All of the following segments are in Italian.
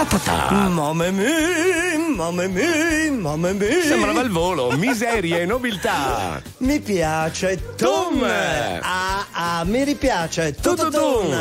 Mamma mia. Sembrava il volo, miseria e nobiltà. Mi piace Tum. Mi ripiace Tutto.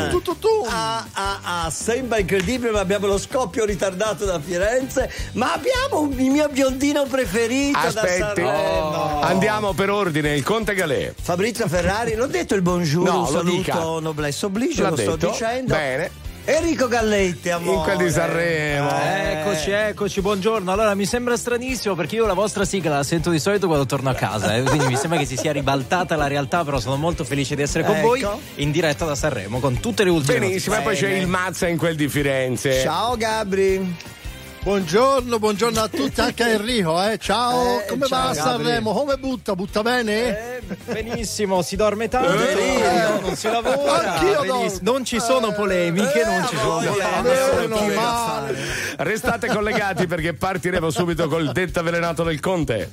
Sembra incredibile, ma abbiamo lo scoppio ritardato da Firenze. Ma abbiamo il mio biondino preferito. Aspetti, da Sanremo. Andiamo per ordine. Il Conte Galè. Fabrizio Ferrari, l'ho detto il buongiorno, No, un lo saluto, dica. noblesse oblige, L'ha lo sto detto. dicendo. Bene. Enrico Galletti, amore. In quel di Sanremo. Eccoci, buongiorno. Allora, mi sembra stranissimo perché io la vostra sigla la sento di solito quando torno a casa, quindi mi sembra che si sia ribaltata la realtà, però sono molto felice di essere con voi in diretta da Sanremo con tutte le ultime Benissimo, e poi c'è il Mazza in quel di Firenze. Ciao Gabri. Buongiorno a tutti, anche a Enrico, ciao, come ciao, va a Sanremo? Come butta bene? Benissimo, si dorme tanto, non si lavora. Anch'io benissimo. Non ci sono polemiche, non ci sono normale. Restate collegati perché partiremo subito col detta avvelenato del Conte.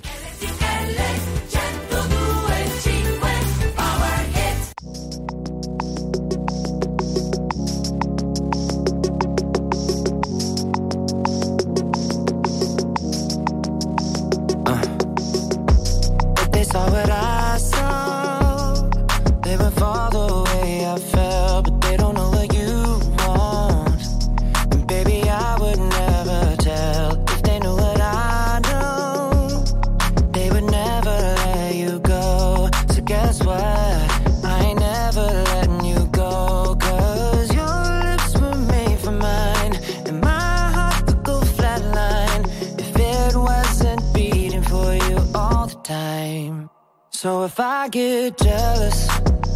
So if I get jealous,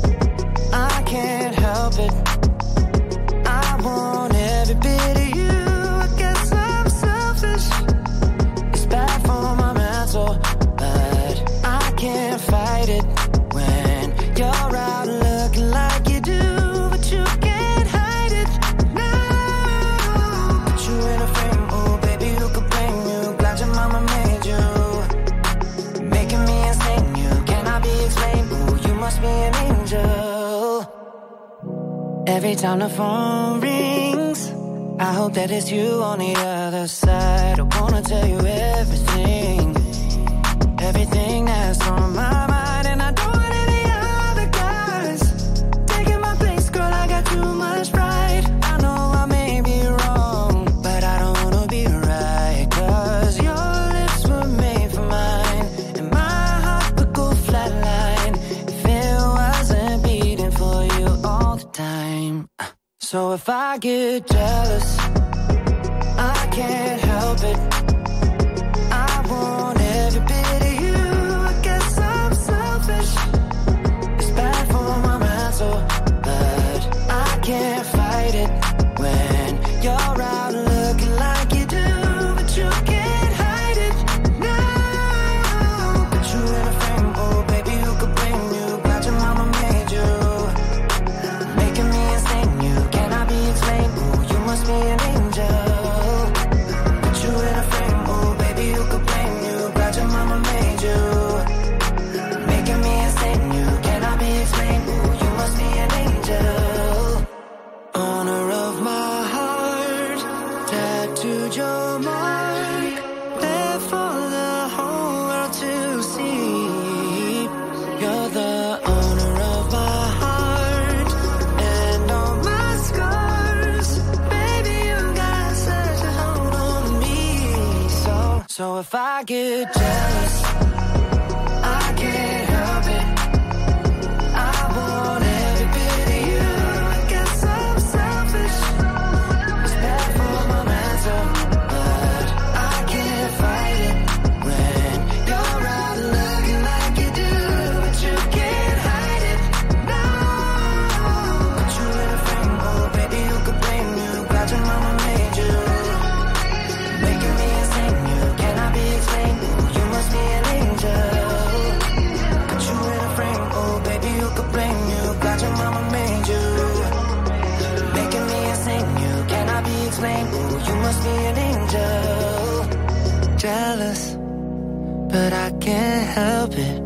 I can't help it. I want every bit of you. I guess I'm selfish. It's bad for my mental, but I can't fight it when you're out looking like you do, but you can't hide it. No, put you in a frame, oh baby, who could blame you? Glad your mama made you, making me insane. Be explained, ooh, you must be an angel. Every time the phone rings, I hope that it's you on the other side. I wanna tell you everything, everything that's on my mind. And I don't want any other guys taking my place, girl, I got too much pride. I know I may be wrong, but I don't wanna be right, 'cause your lips were made for mine, and my heart would go flatline if it wasn't beating for you all the time. So if I get jealous, I can't help it. I want every bit of you. I guess I'm selfish. It's bad for my mental, but I can't fight it when you're out looking like you do, but you can't hide it. No, put you in a frame, oh baby, who could blame you? Glad your mama made you, making me insane. You cannot be explained. Oh, you must be an angel. Put you in a frame, oh baby, who could blame you? Glad your mama made you, making me insane. You cannot be explained. Oh, you must be an angel. Owner of my heart, tattooed your mark, there for the whole world to see. You're the owner of my heart and all my scars. Baby, you got such a hold on me. So if I get jealous, I can't help it. I want every bit of you. I guess I'm selfish. It's bad for my mental, but I can't fight it when you're out looking like you do, but you can't hide it. No, put you in a frame, oh baby, who could blame you? Glad your mama made you, making me insane. You cannot be explained. Ooh, you must be an angel. Put you in a frame, oh baby, who could blame you? Glad your mama made you, making me insane. You cannot be explained. Ooh, you must be an angel. Jealous, but I can't help it.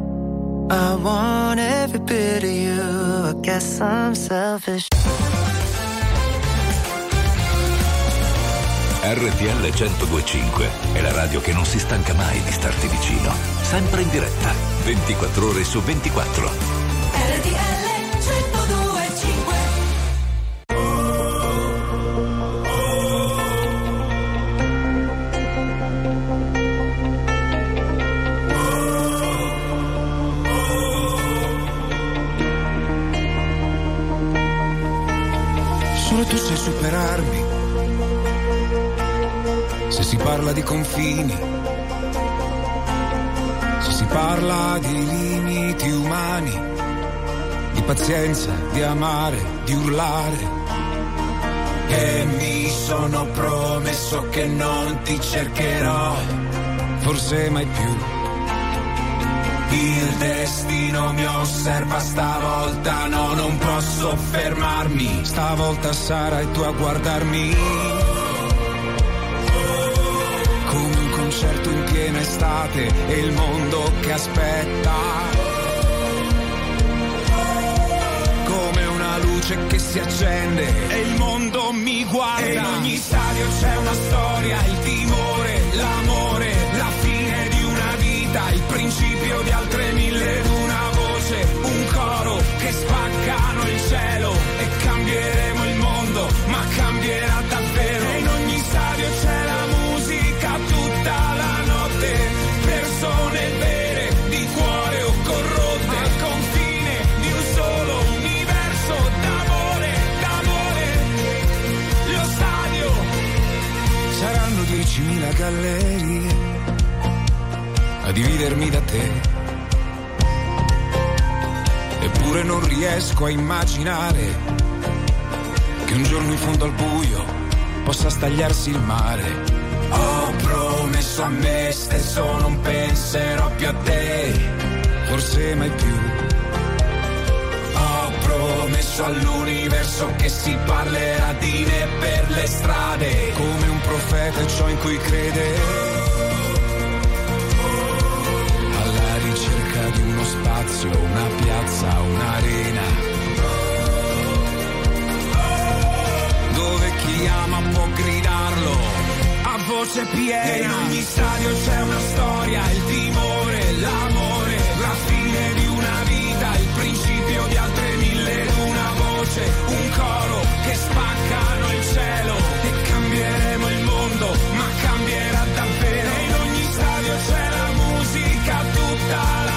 I want every bit of you. I guess I'm selfish. RTL 102.5 è la radio che non si stanca mai di starti vicino. Sempre in diretta, 24 ore su 24. RTL 102.5. Solo tu sai superarmi. Se si parla di confini, se si parla di limiti umani, di pazienza, di amare, di urlare. E mi sono promesso che non ti cercherò, forse mai più. Il destino mi osserva stavolta, no, non posso fermarmi. Stavolta sarai tu a guardarmi come un concerto in piena estate e il mondo che aspetta, come una luce che si accende e il mondo mi guarda. E in ogni stadio c'è una storia, il timore, l'amore, la fine di una vita, il principio di altre mille, una voce, un coro che spaccano il cielo e cambieremo il mondo, ma cambierà davvero. E in ogni stadio c'è la musica tutta la notte, persone vere di cuore o corrotte, al confine di un solo universo d'amore, d'amore. Lo stadio saranno 10.000 gallerie a dividermi da te. Eppure non riesco a immaginare che un giorno in fondo al buio possa stagliarsi il mare. Ho promesso a me stesso non penserò più a te, forse mai più. Ho promesso all'universo che si parlerà di me per le strade, come un profeta e ciò in cui crede, di uno spazio, una piazza, un'arena, dove chi ama può gridarlo a voce piena. E in ogni stadio c'è una storia, il timore, l'amore, la fine di una vita, il principio di altre mille, una voce, un coro che spaccano il cielo e cambieremo il mondo, ma cambierà davvero. E in ogni stadio c'è la musica tutta la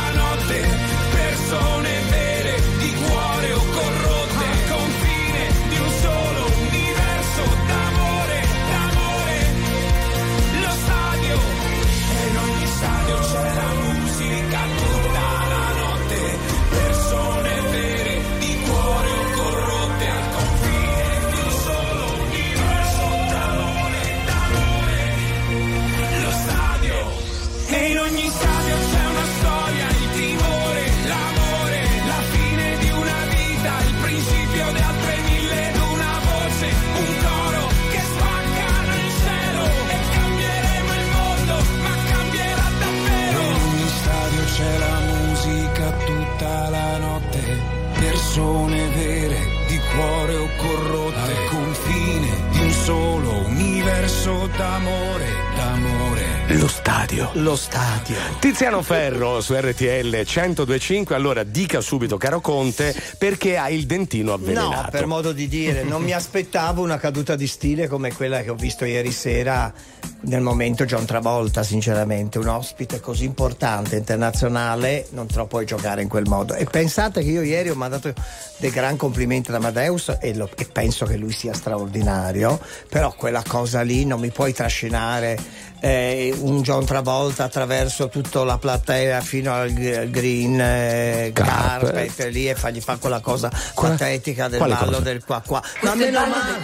persone vere di cuore o corrotte, al confine di un solo universo d'amore, d'amore. Lo stadio, e in ogni stadio c'è la musica tutta la notte, persone vere di cuore o corrotte, al confine di un solo universo d'amore, d'amore. Lo stadio, e in ogni stadio c'è una storia, il timore, l'amore, la fine di una vita, il principio di altre mille, una voce, un coro che spaccano il cielo e cambieremo il mondo, ma cambierà davvero. In ogni stadio c'è la musica tutta la notte, persone vere di cuore o corrotte, al confine di un solo universo d'amore, d'amore. Lo stadio. Lo stadio. Tiziano Ferro su RTL 102.5. Allora dica subito, caro Conte, perché ha il dentino avvelenato. No, per modo di dire, non mi aspettavo una caduta di stile come quella che ho visto ieri sera nel momento John Travolta, sinceramente. Un ospite così importante, internazionale, non te lo puoi giocare in quel modo. E pensate che io ieri ho mandato dei gran complimenti ad Amadeus e penso che lui sia straordinario, però quella cosa lì non mi puoi trascinare un John Travolta attraverso tutta la platea fino al green carpet lì e fargli fare quella cosa patetica del ballo cosa? Del qua qua. Ma meno male,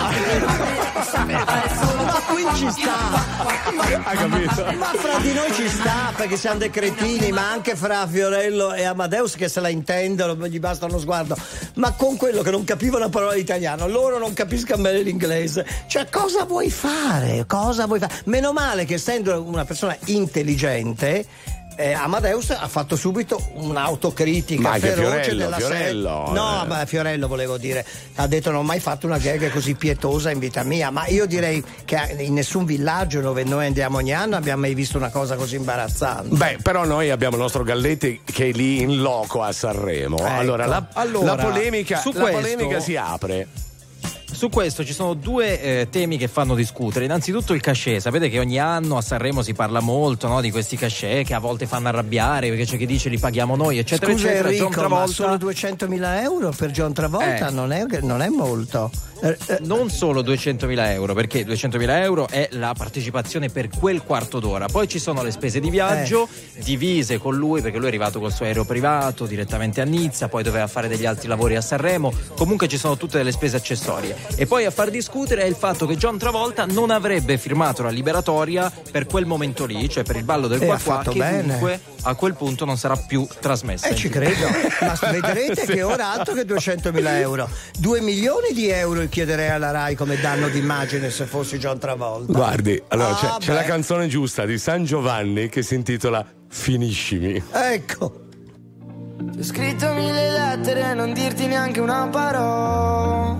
ma qui ci sta, ma fra di noi ci sta, perché siamo dei cretini, ma anche fra Fiorello e Amadeus che se la intendono, gli basta uno sguardo, ma con quello che non capiva una parola di italiano, loro non capiscono bene l'inglese, cioè cosa vuoi fare? Meno male che essendo una persona intelligente Amadeus ha fatto subito un'autocritica ma anche feroce Fiorello. No, ma Fiorello volevo dire, ha detto non ho mai fatto una gag così pietosa in vita mia, ma io direi che in nessun villaggio dove noi andiamo ogni anno abbiamo mai visto una cosa così imbarazzante. Beh, però noi abbiamo il nostro Galletti che è lì in loco a Sanremo. Ecco. Allora, la polemica si apre. Su questo ci sono due temi che fanno discutere. Innanzitutto il cachet. Sapete che ogni anno a Sanremo si parla molto, no, di questi cachet che a volte fanno arrabbiare perché c'è chi dice li paghiamo noi, eccetera. Scusa, eccetera. Enrico, John Travolta, ma solo 200.000 euro per John Travolta non è molto. Non solo 200.000 euro, perché 200.000 euro è la partecipazione per quel quarto d'ora. Poi ci sono le spese di viaggio divise con lui, perché lui è arrivato col suo aereo privato direttamente a Nizza, poi doveva fare degli altri lavori a Sanremo. Comunque ci sono tutte delle spese accessorie. E poi a far discutere è il fatto che John Travolta non avrebbe firmato la liberatoria per quel momento lì, cioè per il ballo del qua che comunque a quel punto non sarà più trasmessa. Ci credo, ma vedrete che ora altro che 200.000 euro, 2 milioni di euro chiederei alla Rai come danno d'immagine se fossi John Travolta. Guardi, allora c'è la canzone giusta di San Giovanni che si intitola Finiscimi. Ecco. Ti ho scritto 1000 lettere e non dirti neanche una parola.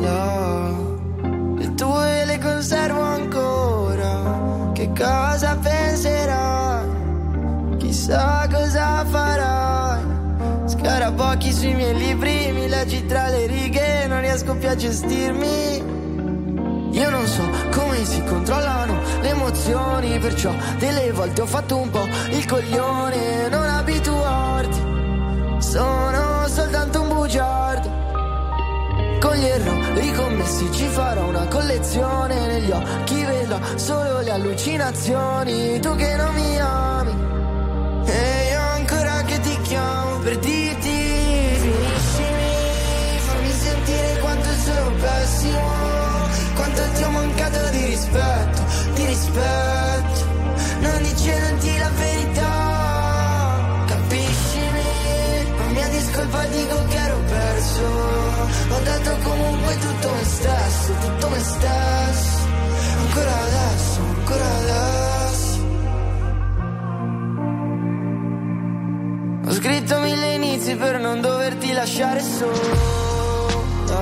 Le tue le conservo ancora. Che cosa penserai? Chissà cosa farai. Scarabocchi sui miei libri, mi leggi tra le righe, non riesco più a gestirmi. Io non so come si controllano le emozioni, perciò delle volte ho fatto un po' il coglione. Non abituarti, sono soltanto un bugiardo. Con gli errori commessi ci farò una collezione. Negli occhi vedo solo le allucinazioni. Tu che non mi ami e io ancora che ti chiamo per dirti finiscimi. Fammi sentire quanto sono pessimo, quanto ti ho mancato di rispetto, di rispetto. Non dicendoti la verità, capiscimi? Non mi è discolpa, dico che ero perso. Ho dato comunque tutto me stesso, tutto me stesso. Ancora adesso, ancora adesso. Ho scritto 1000 inizi per non doverti lasciare solo.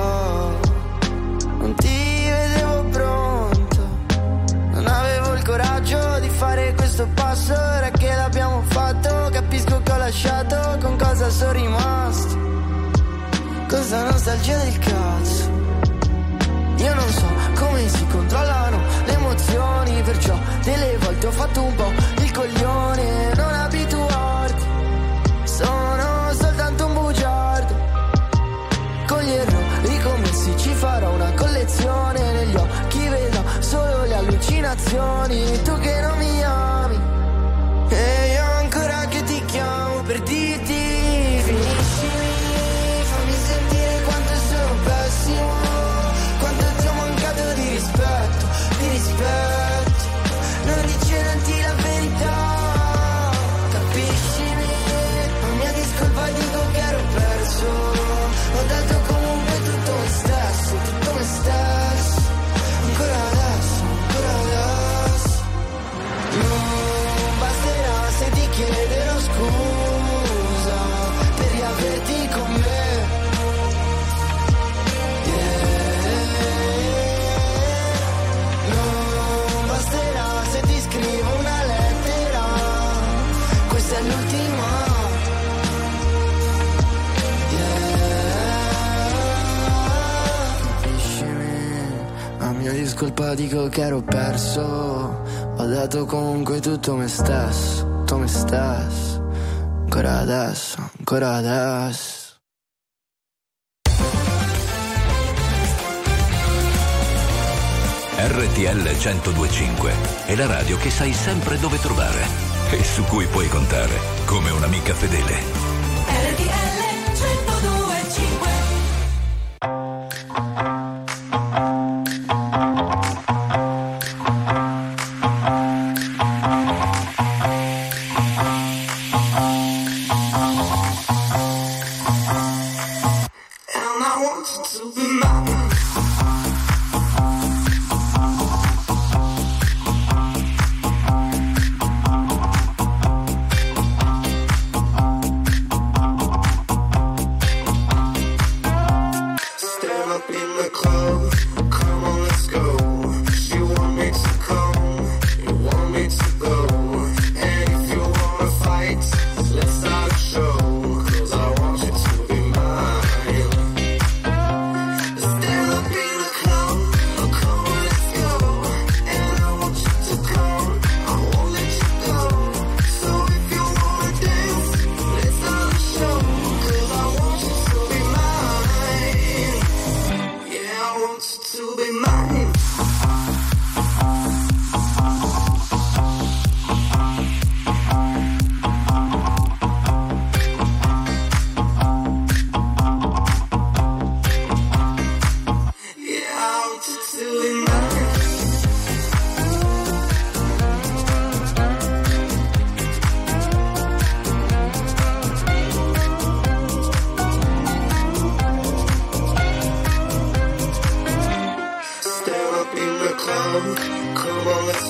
Non ti vedevo pronto, non avevo il coraggio di fare questo passo. Ora che l'abbiamo fatto, capisco che ho lasciato, con cosa sono rimasto. Cosa nostalgia del cazzo. Io non so come si controllano le emozioni, perciò delle volte ho fatto un po' il coglione. Non abituarti, sono soltanto un bugiardo. Con gli errori commessi ci farò una collezione. Negli occhi vedo solo le allucinazioni. Tu che non mi ami e io ancora che ti chiamo per dirti finiscimi. Fammi sentire quanto sono pessimo, quanto ti ho mancato di rispetto, di rispetto. Non dicendoti la verità, capiscimi? Non mi è discolpa, dico che ero perso. Ho dato comunque tutto me stesso, tutto me stesso. Ancora adesso, ancora adesso. Non basterà se ti chiederò scusa per riaverti con me. Non basterà se ti scrivo una lettera. Questa è l'ultima. A mia discolpa dico che ero perso. Ho dato comunque tutto me stesso, tutto me stesso. Ancora adesso, ancora adesso. RTL 102.5 è la radio che sai sempre dove trovare e su cui puoi contare come un'amica fedele. RTL 102.5.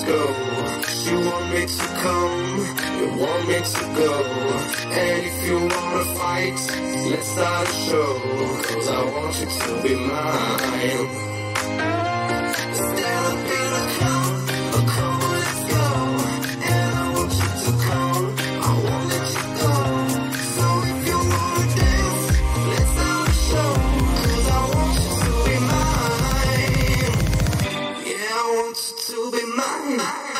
go. You want me to come, you want me to go. And if you wanna fight, let's start a show. Cause I want you to be mine. Instead of being a clown, let's go. And I want you to come, I won't let you go. So if you wanna dance, let's start a show. Cause I want you to be mine. Yeah, I want you to be mine.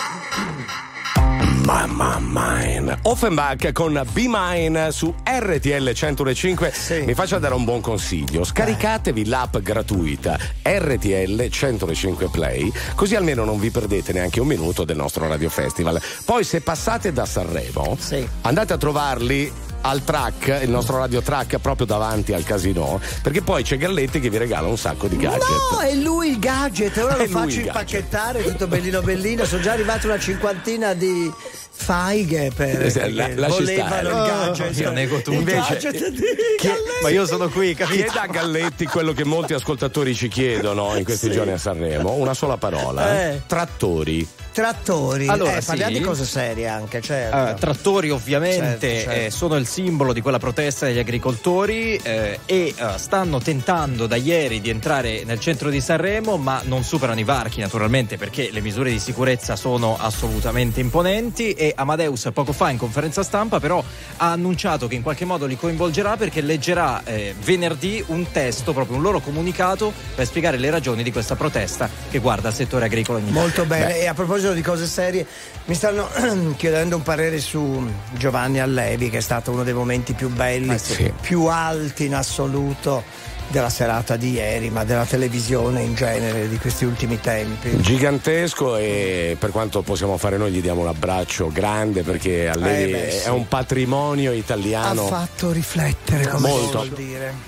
Mine. Offenbach con Be Mine su RTL 105. Sì. Mi faccia dare un buon consiglio: scaricatevi l'app gratuita RTL 105 Play, così almeno non vi perdete neanche un minuto del nostro Radio Festival. Poi se passate da Sanremo, andate a trovarli al track, il nostro radio track proprio davanti al casino, perché poi c'è Galletti che vi regala un sacco di gadget. No, è lui il gadget, ora lo faccio impacchettare, tutto bellino bellino. Sono già arrivate una cinquantina di faighe per volevano il gadget. Io nego tutto. Invece, ma io sono qui, capito? Chieda a Galletti quello che molti ascoltatori ci chiedono in questi giorni a Sanremo, una sola parola: trattori. Allora, parliamo di cose serie anche, certo. Trattori ovviamente certo. Sono il simbolo di quella protesta degli agricoltori e stanno tentando da ieri di entrare nel centro di Sanremo, ma non superano i varchi naturalmente, perché le misure di sicurezza sono assolutamente imponenti. E Amadeus poco fa in conferenza stampa però ha annunciato che in qualche modo li coinvolgerà, perché leggerà venerdì un testo, proprio un loro comunicato per spiegare le ragioni di questa protesta che guarda il settore agricolo in Italia. Molto bene. E a proposito di cose serie, mi stanno chiedendo un parere su Giovanni Allevi, che è stato uno dei momenti più belli, più alti in assoluto della serata di ieri, ma della televisione in genere di questi ultimi tempi. Gigantesco, e per quanto possiamo fare noi gli diamo un abbraccio grande, perché Allevi è un patrimonio italiano. Ha fatto riflettere, come molto. si vuol dire.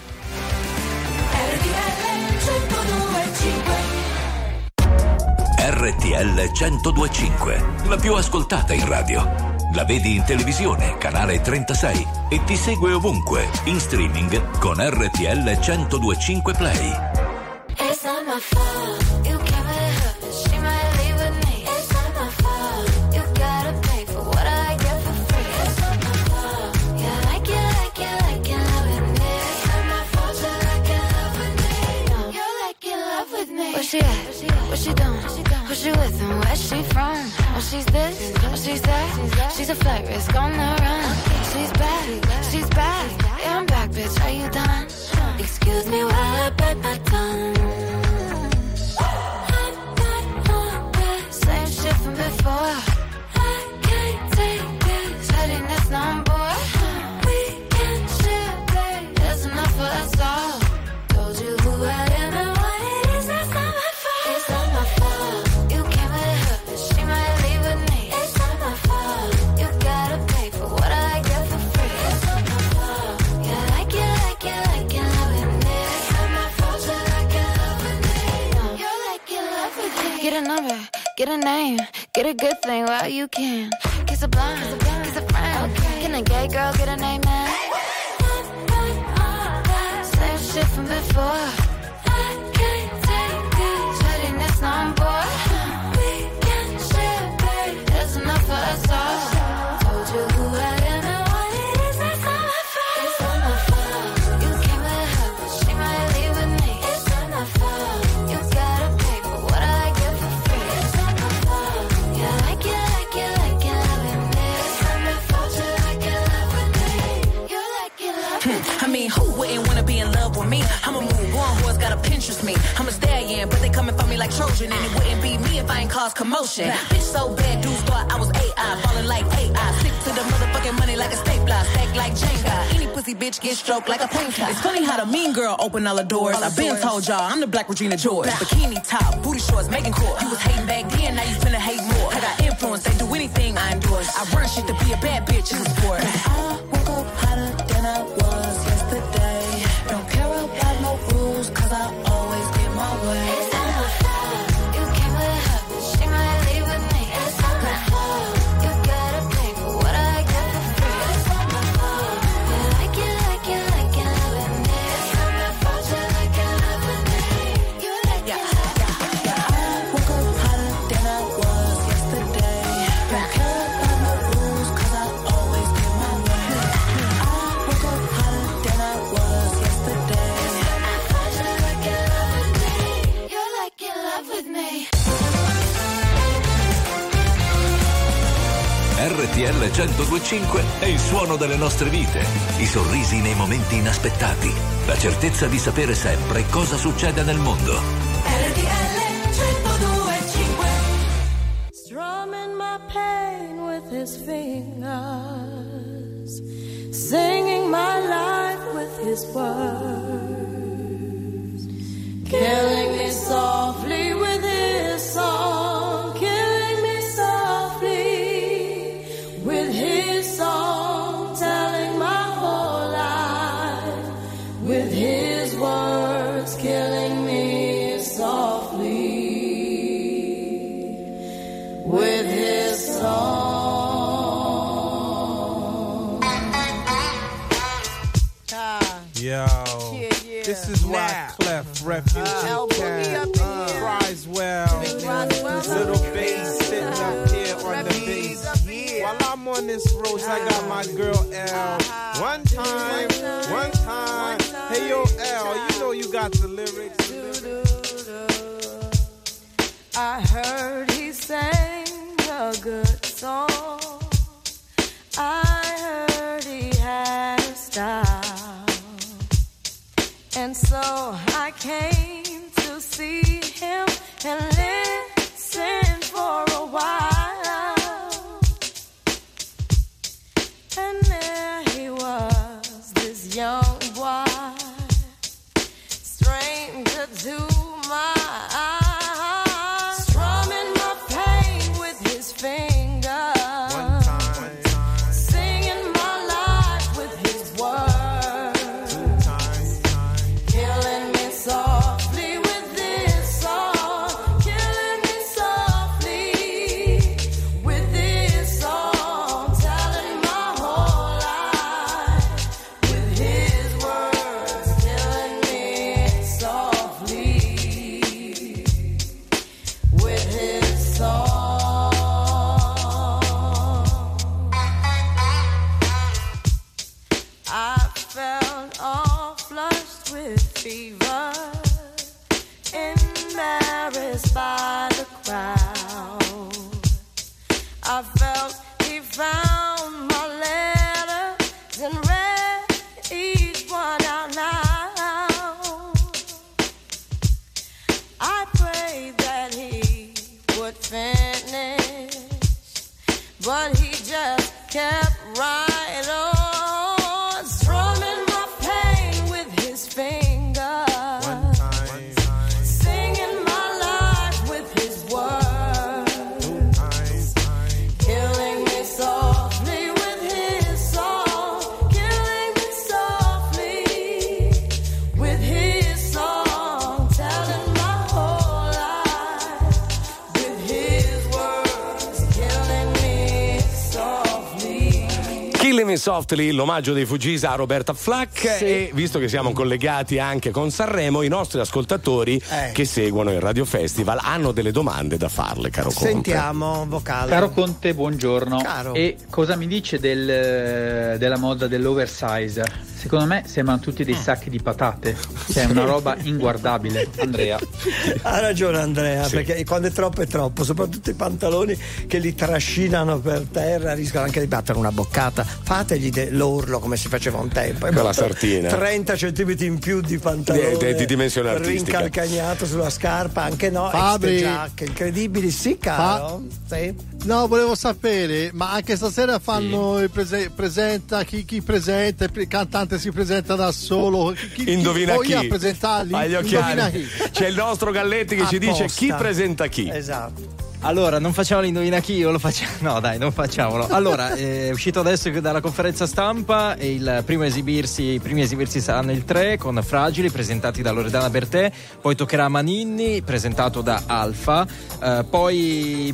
RTL 102.5, la più ascoltata in radio. La vedi in televisione, canale 36, e ti segue ovunque, in streaming con RTL 102.5 Play. It's not my fault, you came with her, she might leave with me. It's not my fault, you gotta pay for what I get for free. It's not my fault, yeah, like you love with me. It's not my fault, you like you love with me. No, you like you love with me. Where she at? What she doing? Who she with and where she from? Oh, she's this, oh, she's that. She's a flight risk on the run. She's back, yeah, I'm back, bitch, are you done? Excuse me while I bite my tongue. Same shit from before. I can't take this, heading this number. We can share, babe, there's enough for us all. Told you who I am and what it is, that's not my fault. It's not my fault, you came with her, but she might leave with me. It's not my fault, you gotta pay for what I get for free. It's not my fault, yeah, like you love with me. It's not my fault, you like you love with me. No, you like you love with me. Get a number, get a name, get a good thing while you can. Kiss a blind, kiss a friend. Okay. Can a gay girl get a name now? Same shit from before. I can't take this, heading this number. We can share, babe, there's enough for us all. Told you who I am and what it is, that's not my fault. It's not my fault, you came with her, but she might leave with me. It's not my fault, you gotta pay for what I get for free. It's not my fault, yeah, like you love with me. It's not my fault, you like you love with me. You like you love with me. I mean, who wouldn't wanna be in love with me? I'ma move on, who's gotta Pinterest me? I'm a stallion, but they coming for me like Trojan, and it wouldn't be me if I ain't cause commotion. Bitch so bad, dudes thought I was AI, falling like AI. Stick to the motherfucking money like a stapler, stack like Jenga. Any pussy bitch get stroked like a painter. It's funny how the mean girl open all the doors. I've been told y'all I'm the Black Regina George. Bikini top, booty shorts, making court. You was hating back then, now you finna hate more. I got influence, they do anything I endorse. I run shit to be a bad bitch in the sport. I woke up hotter than I was yesterday. Don't care about no rules, cause I always get my way. It's not my fault, you came with her, but she might leave with me. It's not my fault, you gotta pay for what I get for free. It's not my fault, yeah, like you love with me. It's not my fault, you like you love with me. You like you love with me. I woke up hotter than I was yesterday. RTL 102.5 è il suono delle nostre vite, i sorrisi nei momenti inaspettati, la certezza di sapere sempre cosa succede nel mondo. RTL 102.5. Strumming my pain with his fingers, singing my life with his words, killing me softly with his song, killing me softly with his song, telling my whole life with his words, killing me softly with his song. Yo, this is why Clef, Refugee Cat, Criswell, Little Bass sitting up here on the bass. While I'm on this road, I got my girl L. One time. Hey yo L, you know you got the lyrics. I heard he sang a good song. I heard he had a style. And so I came to see him and listen for a while. And there he was, this young boy, stranger to my eyes, strumming my pain with his fingers, singing my life with his words, killing me softly with this song, killing me softly with this song, telling my whole life with his words, killing me softly with his song. I felt all flushed with fever, embarrassed by the crowd. I felt he found my letters and read each one out loud. I prayed that he would finish, but he just kept right on, strumming my pain with his fingers, singing my life with his words, killing me softly with his song, killing me softly with his song, telling my whole life with his words, killing me softly. Killing Me Softly, l'omaggio dei Fugees a Roberta Flack. E visto che siamo collegati anche con Sanremo, i nostri ascoltatori che seguono il Radio Festival hanno delle domande da farle, caro Conte. Sentiamo, vocale. Caro Conte, buongiorno. Caro. E cosa mi dice della moda dell'oversize? Secondo me sembrano tutti dei sacchi di patate, cioè è una roba inguardabile. Andrea. Ha ragione Andrea, Sì. perché quando è troppo, soprattutto i pantaloni che li trascinano per terra, rischiano anche di battere una boccata. Fategli l'orlo come si faceva un tempo. Con la sartina. 30 centimetri in più di pantalone Di dimensione artistica. rincalcagnato sulla scarpa, anche no, Fabri. giacche incredibili, sì caro. Sì. No, volevo sapere, ma anche stasera fanno il presenta chi presenta, il cantante si presenta da solo. Indovina chi? Voglia presentarli? Agli Indovina occhiali. chi? C'è il nostro Galletti che ci dice Apposta. chi presenta chi. Esatto. Allora, non facciamo l'indovina chi, o lo facciamo? No, dai, non facciamolo. Allora, è uscito adesso dalla conferenza stampa e i primi esibirsi saranno il 3 con Fragili, presentati da Loredana Bertè, poi toccherà Maninni, presentato da Alfa, poi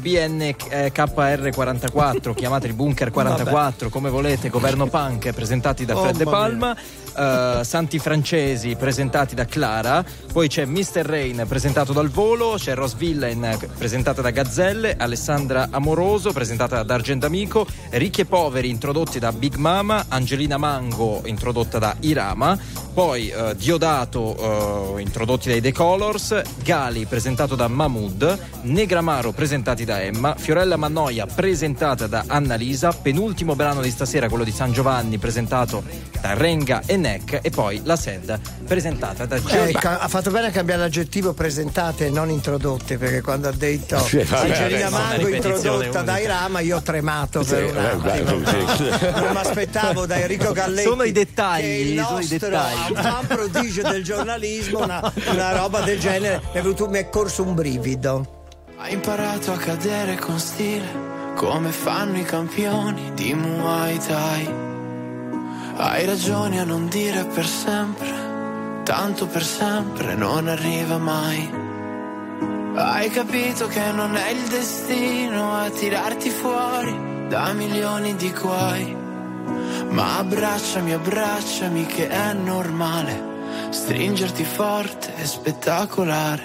BNKR44, chiamateli Bunker 44, come volete, Governo Punk, presentati da Fred De Palma, Santi Francesi presentati da Clara, poi c'è Mr. Rain presentato dal Volo, c'è Rose Villain presentata da Gazzelle, Alessandra Amoroso presentata da Argentamico, Ricchi e Poveri introdotti da Big Mama, Angelina Mango introdotta da Irama, poi Diodato introdotti dai The Colors, Gali presentato da Mahmood, Negramaro presentati da Emma, Fiorella Mannoia presentata da Annalisa, penultimo brano di stasera quello di San Giovanni presentato da Renga e Neck, e poi La Sed presentata da Giovanni. Ha fatto bene a cambiare l'aggettivo presentate e non introdotte, perché quando ha detto Angelina Mango introdotta da Irama io ho tremato per un attimo. Non mi aspettavo da Enrico Galletti, sono i dettagli, che è il nostro fan prodigio del giornalismo, una roba del genere. Mi è corso un brivido. Hai imparato a cadere con stile, come fanno i campioni di Muay Thai. Hai ragione a non dire per sempre, tanto per sempre non arriva mai. Hai capito che non è il destino a tirarti fuori da milioni di guai. Ma abbracciami, abbracciami che è normale stringerti forte e spettacolare.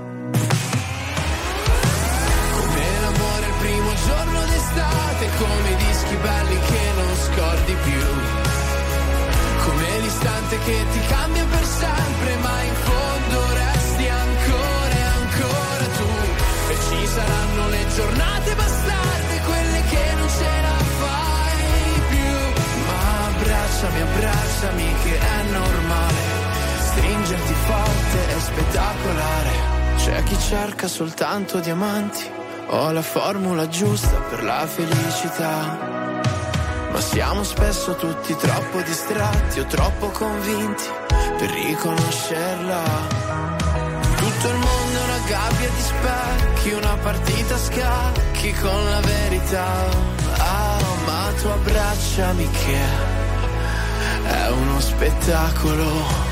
Come l'amore il primo giorno d'estate, come i dischi belli che non scordi più, come l'istante che ti cambia per sempre, ma in fondo resti ancora e ancora tu. E ci saranno le giornate bastarde, quelle che non ce la fai più. Ma abbracciami, abbracciami che è normale stringerti forte e spettacolare. C'è chi cerca soltanto diamanti, ho la formula giusta per la felicità. Ma siamo spesso tutti troppo distratti o troppo convinti per riconoscerla. Tutto il mondo è una gabbia di specchi, una partita a scacchi con la verità. Ah, ma tu abbracciami che è uno spettacolo.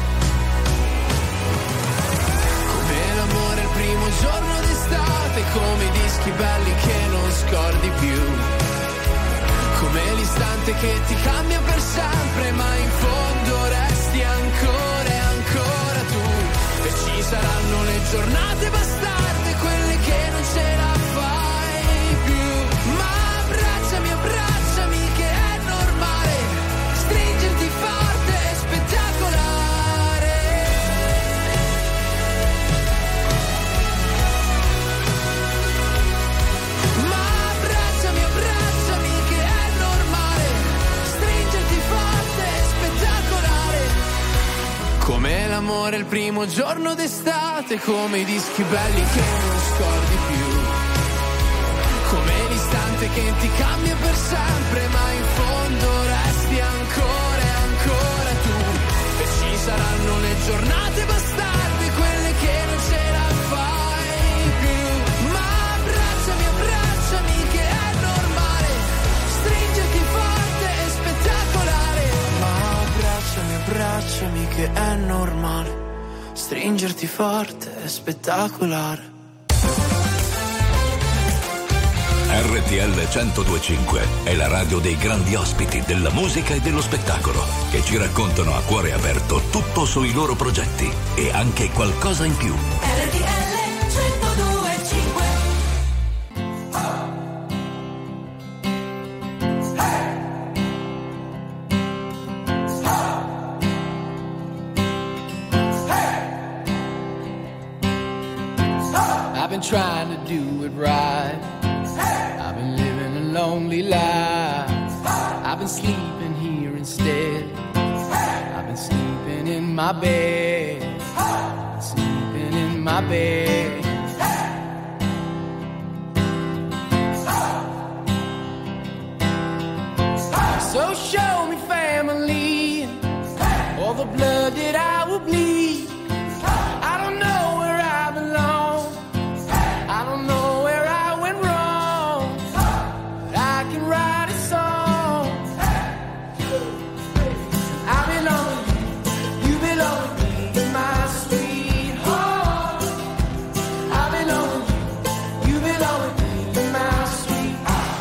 Come l'amore il primo giorno d'estate, come i dischi belli che non scordi più, come l'istante che ti cambia per sempre, ma in fondo resti ancora e ancora tu. E ci saranno le giornate bastarde, quelle che non ce la fai più. Ma abbracciami, abbracciami che è normale stringerti forte e spettacolare. Ma abbracciami, abbracciami che è normale stringerti forte e spettacolare. Come l'amore il primo giorno d'estate, come i dischi belli che non scordi più, come l'istante che ti cambia per sempre, ma in fondo resti ancora e ancora tu. E ci saranno le giornate bastarde, quelle che non ce la fai più. Ma abbracciami, abbracciami che è normale stringerti forte e spettacolare. Ma abbracciami, abbracciami che è normale stringerti forte e spettacolare. RTL 102.5 è la radio dei grandi ospiti della musica e dello spettacolo, che ci raccontano a cuore aperto tutto sui loro progetti e anche qualcosa in più. RTL 102.5. I've been trying to do it right. I've been living a lonely life. I've been sleeping here instead. I've been sleeping in my bed. Sleeping in my bed. So show me family, all the blood that I will bleed. I don't know where I belong. I don't know where I went wrong. But I can write a song. I belong to you, you belong to me, my sweetheart. I belong to you, you belong to me, my sweetheart.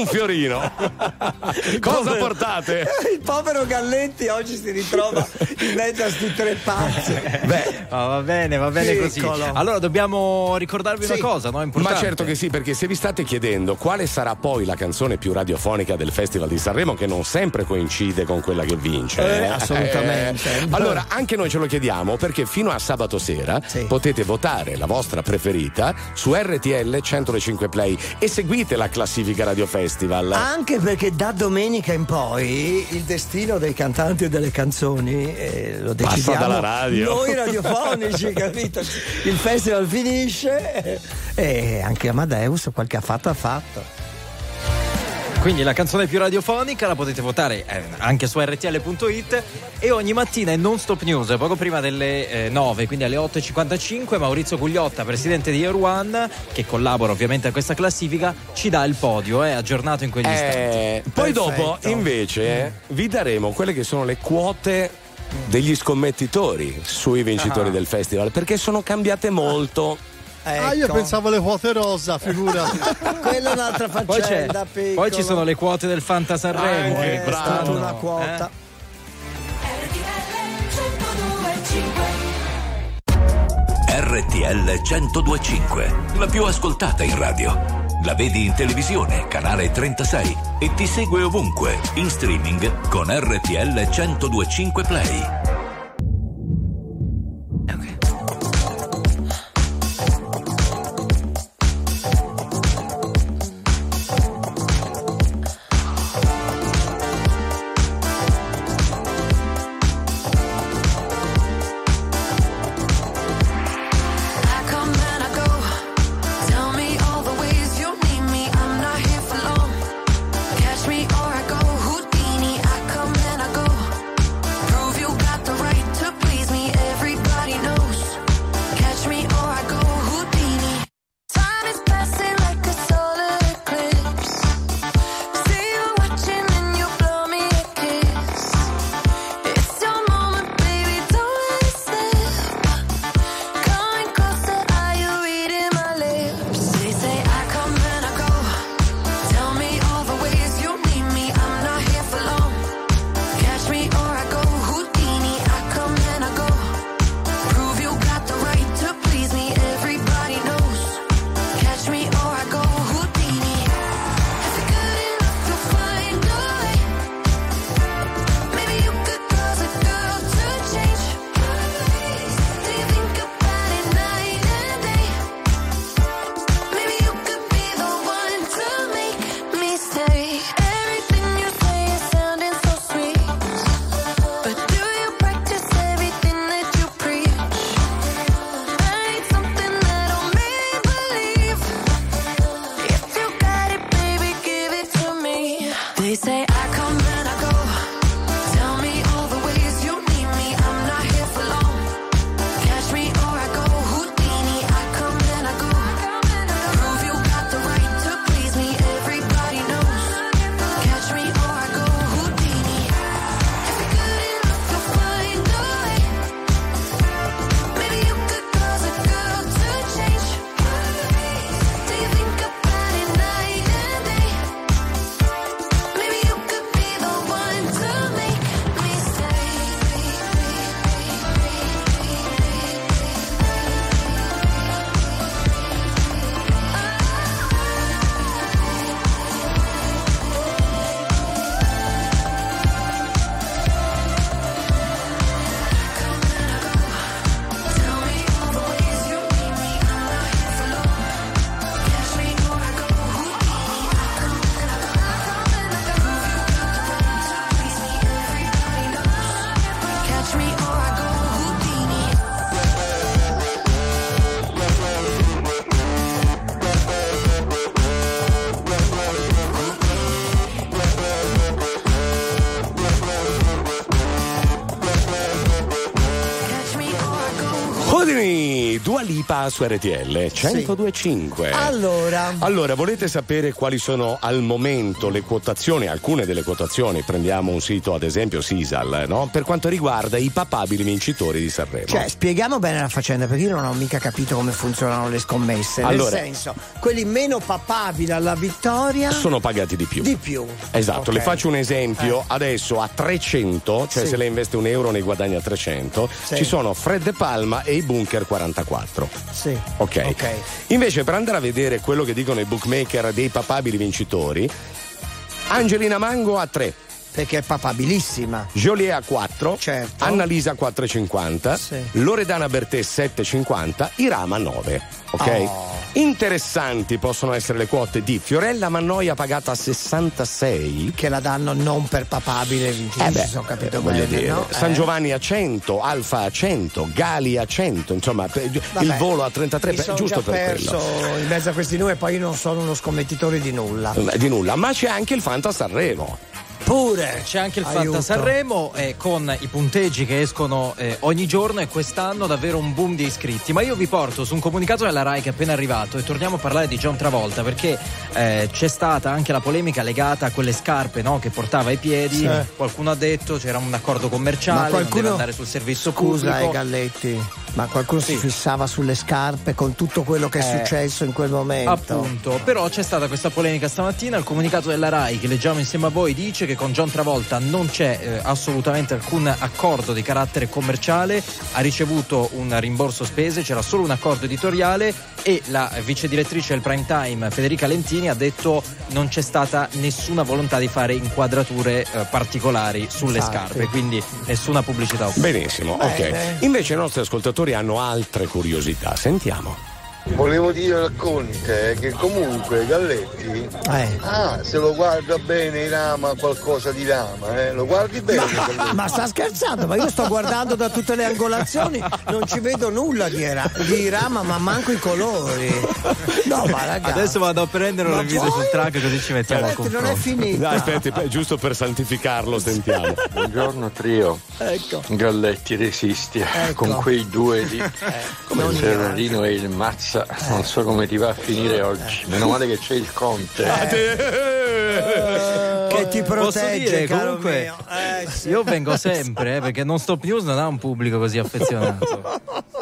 un fiorino. Cosa portate? Il povero Galletti oggi si ritrova in mezzo a sti tre pazzi. Beh, va bene così. Allora dobbiamo ricordarvi una cosa, no? Importante. Ma certo che sì, perché se vi state chiedendo quale sarà poi la canzone più radiofonica del Festival di Sanremo, che non sempre coincide con quella che vince. Assolutamente. Allora, anche noi ce lo chiediamo, perché fino a sabato sera potete votare la vostra preferita su RTL 105 Play e seguite la classifica Radio Festival. Anche perché da domenica in poi il destino dei cantanti e delle canzoni lo decidiamo dalla radio. Noi radiofonici, capito? Il festival finisce e anche Amadeus qualche affatto ha fatto. Quindi la canzone più radiofonica la potete votare anche su rtl.it, e ogni mattina in Non Stop News, poco prima delle 9, quindi alle 8.55, Maurizio Cugliotta, presidente di Air One, che collabora ovviamente a questa classifica, ci dà il podio, aggiornato in quegli istanti. Poi dopo invece vi daremo quelle che sono le quote degli scommettitori sui vincitori del festival, perché sono cambiate molto. Io pensavo le quote rosa, figura. Quella è un'altra faccenda. Poi ci sono le quote del Fanta Sanremo, è stata una quota. RTL 1025, la più ascoltata in radio. La vedi in televisione, canale 36, e ti segue ovunque, in streaming con RTL 1025 Play. Catch me or I go Houdini. I come and I go. Prove you got Udini, Dua Lipa su RTL 102.5. Allora, volete sapere quali sono al momento le quotazioni, alcune delle quotazioni? Prendiamo un sito, ad esempio Sisal, no? Per quanto riguarda i papabili vincitori di Sanremo. Cioè, spieghiamo bene la faccenda, perché io non ho mica capito come funzionano le scommesse. Allora, nel senso, quelli meno papabili alla vittoria sono pagati di più. Di più. Esatto, Okay. le faccio un esempio. Adesso a 300, cioè Sì. se lei investe €1 ne guadagna 300, Sì. ci sono Fred De Palma e i Bunker 44. Sì. Ok. Invece, per andare a vedere quello che dicono i bookmaker dei papabili vincitori, Angelina Mango a 3. Perché è papabilissima. Joliet a 4, certo. Annalisa 4,50, Loredana Bertè 7,50, Irama 9. Ok? Interessanti possono essere le quote di Fiorella Mannoia pagata a 66. Che la danno non per papabile vincitore, se ho capito voglio bene. dire, No? San Giovanni a 100, Alfa a 100, Gali a 100, insomma, il volo a 33, Mi sono giusto già per perso quello. in mezzo a questi numeri, poi io non sono uno scommettitore di nulla. Di nulla, ma c'è anche il Fanta Sanremo. Pure c'è anche il Aiuto. Fanta Sanremo con i punteggi che escono ogni giorno, e quest'anno davvero un boom di iscritti. Ma io vi porto su un comunicato della Rai che è appena arrivato, e torniamo a parlare di John Travolta, perché c'è stata anche la polemica legata a quelle scarpe, no, che portava ai piedi. Sì. Qualcuno ha detto c'era un accordo commerciale, non deve andare sul servizio Scusa, pubblico. Galletti, ma qualcuno si fissava sulle scarpe con tutto quello che è successo in quel momento. Appunto, però c'è stata questa polemica stamattina. Il comunicato della Rai che leggiamo insieme a voi dice che con John Travolta non c'è assolutamente alcun accordo di carattere commerciale, ha ricevuto un rimborso spese, c'era solo un accordo editoriale, e la vice direttrice del Prime Time Federica Lentini ha detto non c'è stata nessuna volontà di fare inquadrature particolari sulle Infatti. scarpe, quindi nessuna pubblicità. Benissimo, ok. Invece i nostri ascoltatori hanno altre curiosità, sentiamo. Volevo dire al Conte che comunque Galletti se lo guarda bene Irama, qualcosa di Rama, lo guardi bene Galletti? Ma sta scherzando? Ma io sto guardando da tutte le angolazioni, non ci vedo nulla di Irama, ma manco i colori. No, ma ragazzi, Adesso vado a prendere un video sul track, così ci mettiamo a confronto. non è finita. Dai, aspetti, giusto per santificarlo, sentiamo. Buongiorno trio. Ecco. Galletti resisti con quei due lì, come il Ferrarino e il Mazza. Non so come ti va a finire oggi. Meno male che c'è il Conte. Che ti Posso protegge, dire, caro comunque, mio. io vengo sempre, perché Non Stop News non ha un pubblico così affezionato.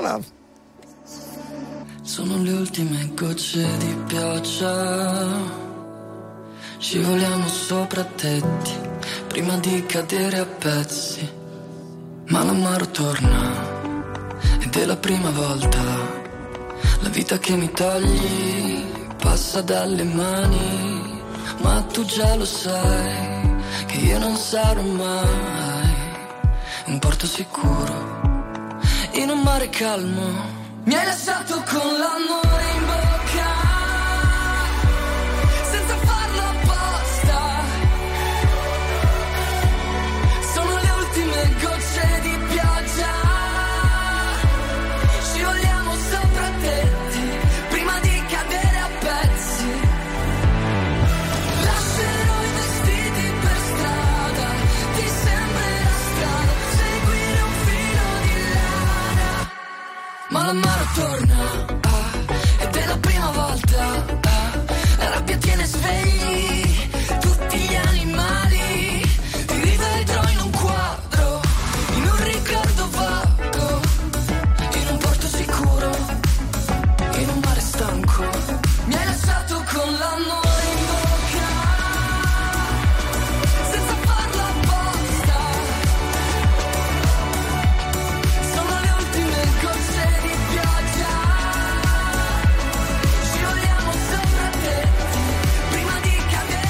Sono le ultime gocce di pioggia, scivoliamo sopra tetti prima di cadere a pezzi, ma l'amaro torna ed è la prima volta. La vita che mi togli passa dalle mani, ma tu già lo sai che io non sarò mai un porto sicuro in un mare calmo. Mi hai lasciato con l'amore in bocca, senza farlo apposta. Sono le ultime gocce di pioggia, scivoliamo sopra tetti prima di cadere a pezzi. Lascerò i vestiti per strada, ti sembrerà strano seguire un filo di lana, ma l'amaro torna ed è la prima volta. La rabbia tiene svegli tutti gli animali, ti rivedrò in un quadro, in un ricordo vago, in un porto sicuro, in un mare stanco. Mi hai lasciato con l'amore in bocca, senza farlo apposta. Sono le ultime gocce di pioggia, scivoliamo sopra tetti prima di cadere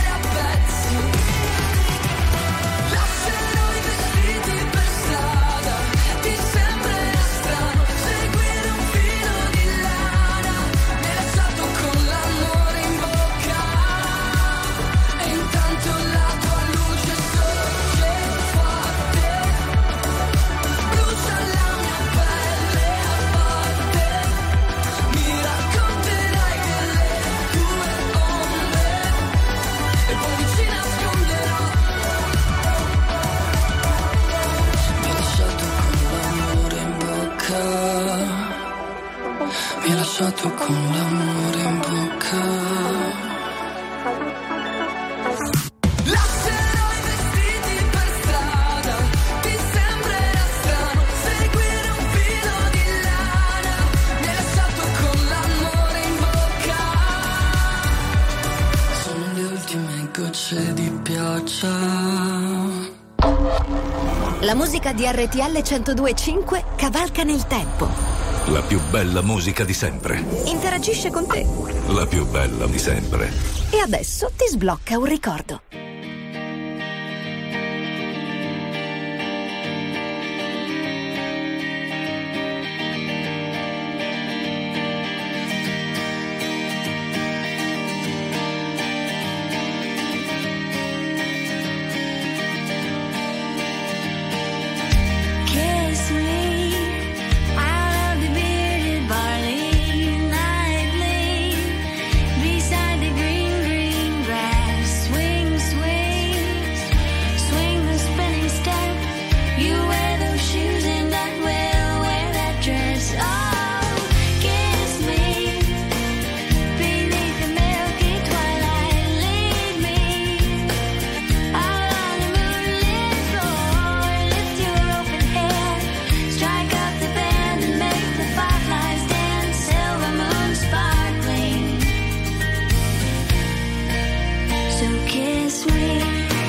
lasciato con l'amore in bocca. Lascerò i vestiti per strada, ti sembrerà strano seguire un filo di lana. Mi hai lasciato con l'amore in bocca. Sono le ultime gocce di pioggia. La musica di RTL 102.5 cavalca nel tempo. La più bella musica di sempre. Interagisce con te. La più bella di sempre. E adesso ti sblocca un ricordo. Kiss me out of the bearded barley nightly, beside the green, green grass. Swing, swing, swing the spinning step. You wear those shoes and I will wear that dress. Oh, kiss me beneath the milky twilight. Lead me out on the moonlit floor. Lift your open hair, strike up the band and make the fireflies dance. Silver moon sparkling, so kiss me.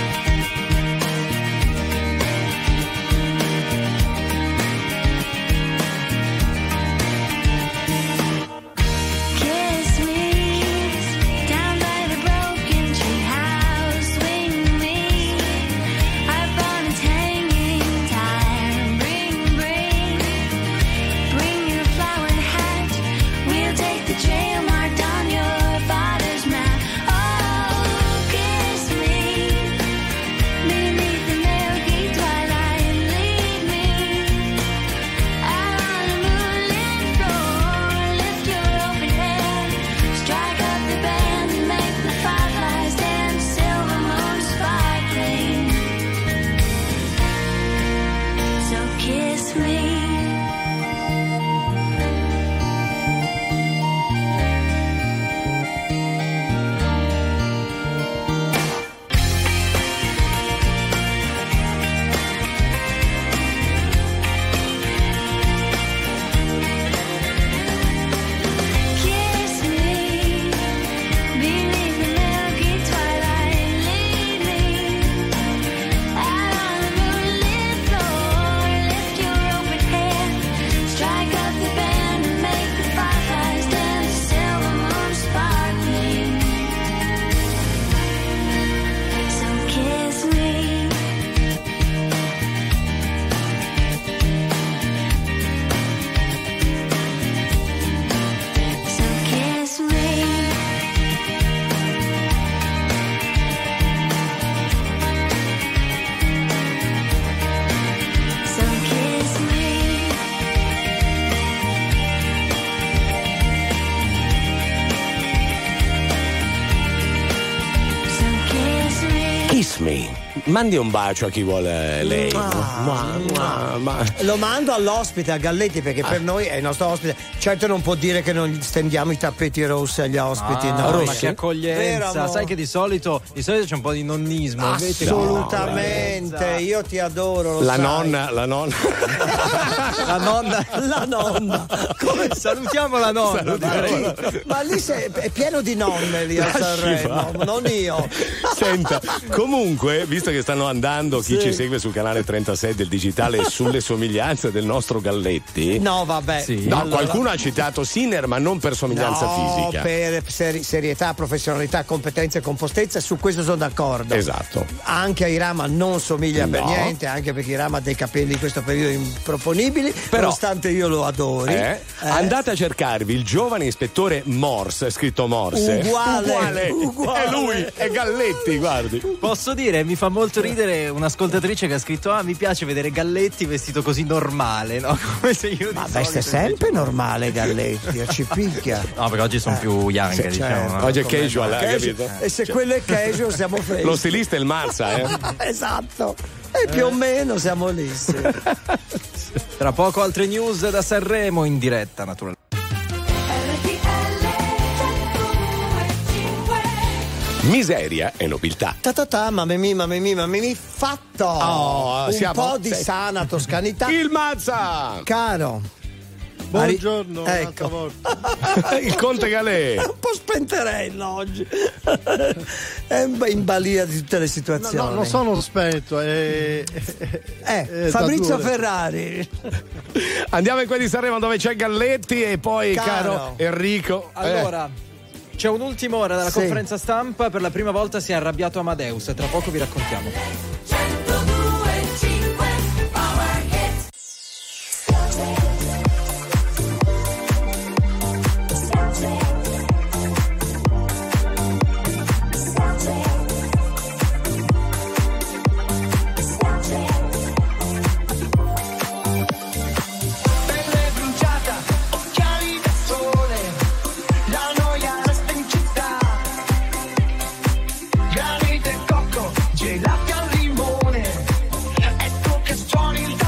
Kiss me down by the broken tree house. Swing me up on its hanging tire. Bring your flowered hat. We'll take the trail marked on your father's map. Oh, kiss me beneath the milky twilight. Lead me out on the moonlit floor. Lift your open hair, strike up the band and make the fireflies dance. Silver moon sparkling, so kiss me. Kiss me beneath the milky twilight. Lead me out on the moonlit floor. Lift your open hair, strike up the band and make the fireflies dance. Silver moon sparkling, so kiss me. So kiss me. So kiss me. So kiss me. Kiss me. Mandi un bacio a chi vuole lei. Lo mando all'ospite, a Galletti, perché per noi è il nostro ospite. Certo non può dire che non gli stendiamo i tappeti rossi agli ospiti. No, ma che accoglienza. Vero, Sai che di solito c'è un po' di nonnismo. assolutamente, io ti adoro. Lo La sai. nonna. La nonna. Salutiamo la nonna. Ma lì è pieno di nonne lì a Lasci Sanremo, fare. non io. Senta, comunque, visto che stanno andando chi ci segue sul canale 36 del digitale sulle somiglianze del nostro Galletti. No, vabbè. No, Allora- qualcuno ha citato Sinner, ma non per somiglianza fisica. Per serietà, professionalità, competenza e compostezza, su questo sono d'accordo. Esatto. Anche a Irama non somiglia per No. niente, anche perché Irama ha dei capelli in questo periodo improponibili, Però- nonostante io lo adori. Andate a cercarvi il giovane ispettore Morse, scritto Morse. Uguale. È lui, è Galletti, guardi. Posso dire, mi fa molto ridere un'ascoltatrice che ha scritto: mi piace vedere Galletti vestito così normale, no? Come se io Ma veste sempre normale Galletti, ci picchia. No, perché oggi sono più young, Sì, diciamo. certo. no? Oggi è Come- casual, hai capito? E se quello è casual siamo freschi. Lo stilista è il Marza, Esatto. E più o meno siamo lì. Sì. Tra poco altre news da Sanremo in diretta, naturalmente. RTL Miseria e nobiltà. Mamma mia, fatto un po' di sana toscanità. Il Mazza! Caro. Buongiorno, ecco. volta. Il Conte Galè. È un po' spenterello oggi. È in balia di tutte le situazioni. No, non sono spento. Fabrizio Ferrari. Andiamo in quelli di Sanremo dove c'è Galletti e poi caro Enrico. Allora, c'è un'ultima ora della conferenza stampa. Per la prima volta si è arrabbiato Amadeus. Tra poco vi raccontiamo. Gelati al limone, ecco che suoni il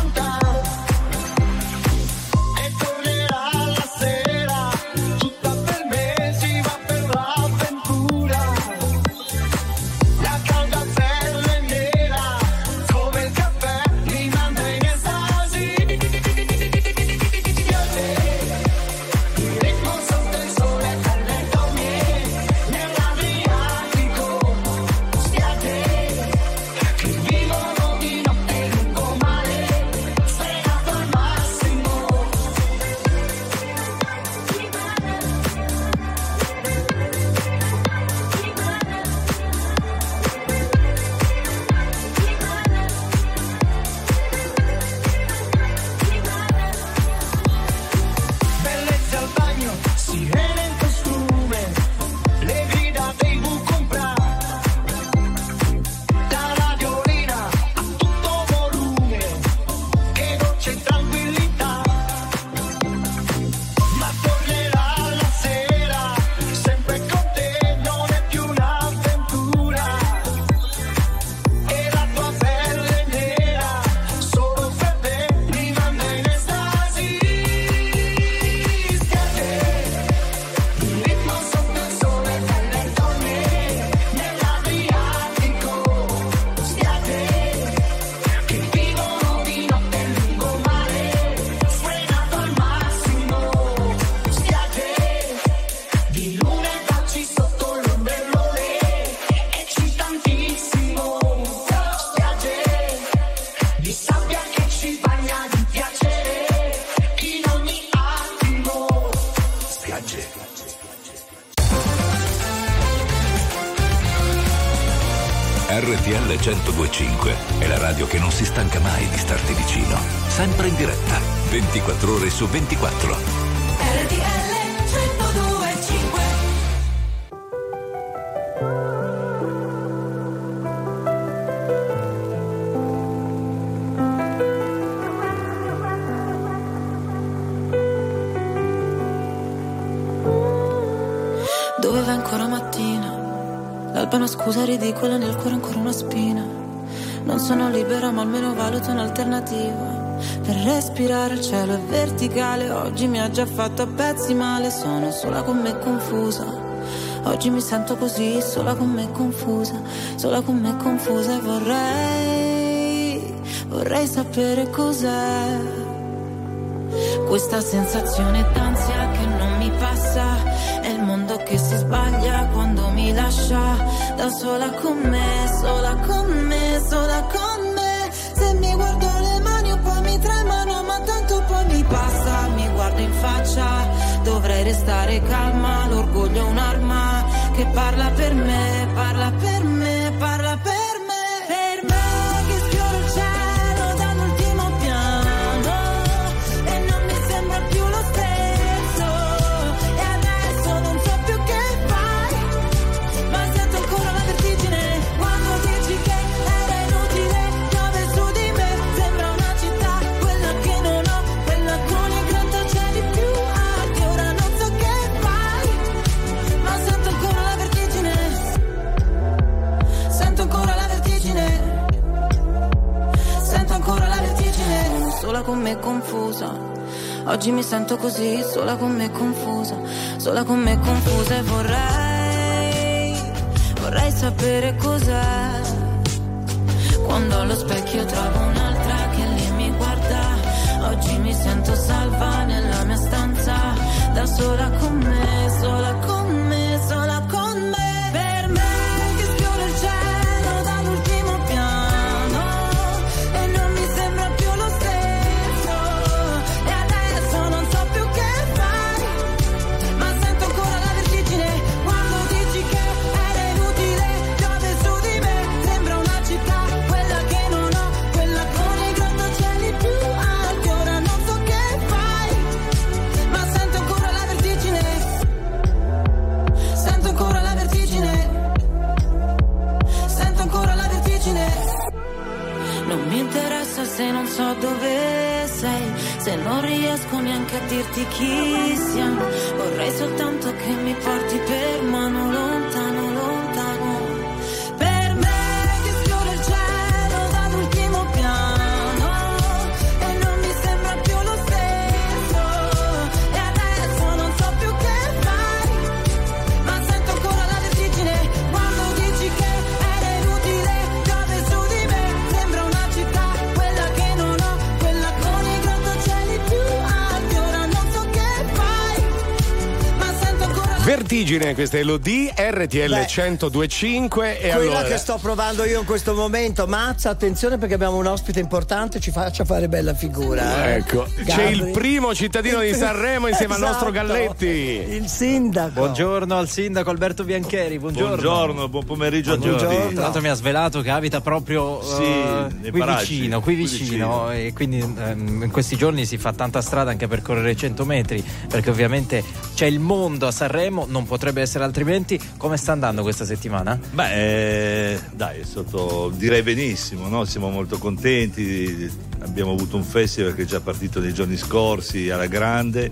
RTL 102.5 è la radio che non si stanca mai di starti vicino. Sempre in diretta, 24 ore su 24. RTL 102.5. Dove va ancora mattina? L'alba è una scusa ridicola, nel cuore ancora una spina. Non sono libera ma almeno valuto un'alternativa. Per respirare il cielo è verticale. Oggi mi ha già fatto a pezzi male. Sono sola con me confusa. Oggi mi sento così, sola con me confusa. Sola con me confusa e vorrei sapere cos'è questa sensazione d'ansia che non mi passa. È il mondo che si sbaglia quando mi lascia da sola con me, sola con me, sola con me. Se mi guardo le mani un po' mi tremano, ma tanto poi mi passa. Mi guardo in faccia, dovrei restare calma. L'orgoglio è un'arma che parla per me, parla per me, parla per me. Per me che sfioro il cielo dall'ultimo piano e non mi sembra più lo stesso. E adesso non so più che fai, ma sento ancora la vertigine quando dici che era inutile. Piove su di me, sembra una città, quella che non ho, quella con i grattacieli più alti. Ora non so che fai, ma sento ancora la vertigine. Sento ancora la vertigine. Sento ancora la vertigine. Sola con me confusa. Oggi mi sento così, sola con me confusa. Sola con me confusa e vorrei vorrei sapere cos'è. Quando allo specchio trovo un'altra che lì mi guarda. Oggi mi sento salva nella mia stanza, da sola con me, sola con me, sola con me. Per me che sfiora il cielo dall'ultimo piano e non mi sembra più lo stesso. E adesso non so più che fare, ma sento ancora la vertigine quando dici che era inutile. Piove su di me, sembra una città, quella che non ho, quella con i grattacieli più alti. Ora non so che fai, ma sento ancora la vertigine. Sento ancora la vertigine. Sento ancora la vertigine. Non mi interessa se non so dove sei, se non riesco neanche a dirti chi siamo. Vorrei soltanto che mi porti per mano lontano, lontano. Per me che sfiora il cielo dall'ultimo piano e non mi sembra più lo stesso. E adesso non so più che fai, ma sento ancora la vertigine quando dici che era inutile. Piove su di me, sembra una città, quella che non ho, quella con i grattacieli più alti. Ora non so che fai, ma sento ancora la Vertigine, questa è l'OD, RTL Beh, 102.5 e quella allora... che sto provando io in questo momento. Mazza, attenzione perché abbiamo un ospite importante, ci faccia fare bella figura. Ecco, c'è Gabri. il primo cittadino di Sanremo insieme al nostro Esatto. Galletti. Il sindaco. Buongiorno al sindaco Alberto Biancheri, buongiorno. Buon pomeriggio a Buongiorno. tutti. Tra l'altro mi ha svelato che abita proprio nei qui paraggi, qui vicino e quindi in questi giorni si fa tanta strada anche per correre 100 metri perché ovviamente c'è il mondo a Sanremo, non potrebbe essere altrimenti. Come sta andando questa settimana? Beh, dai, è stato, direi benissimo, no? Siamo molto contenti. Abbiamo avuto un festival che è già partito nei giorni scorsi alla grande,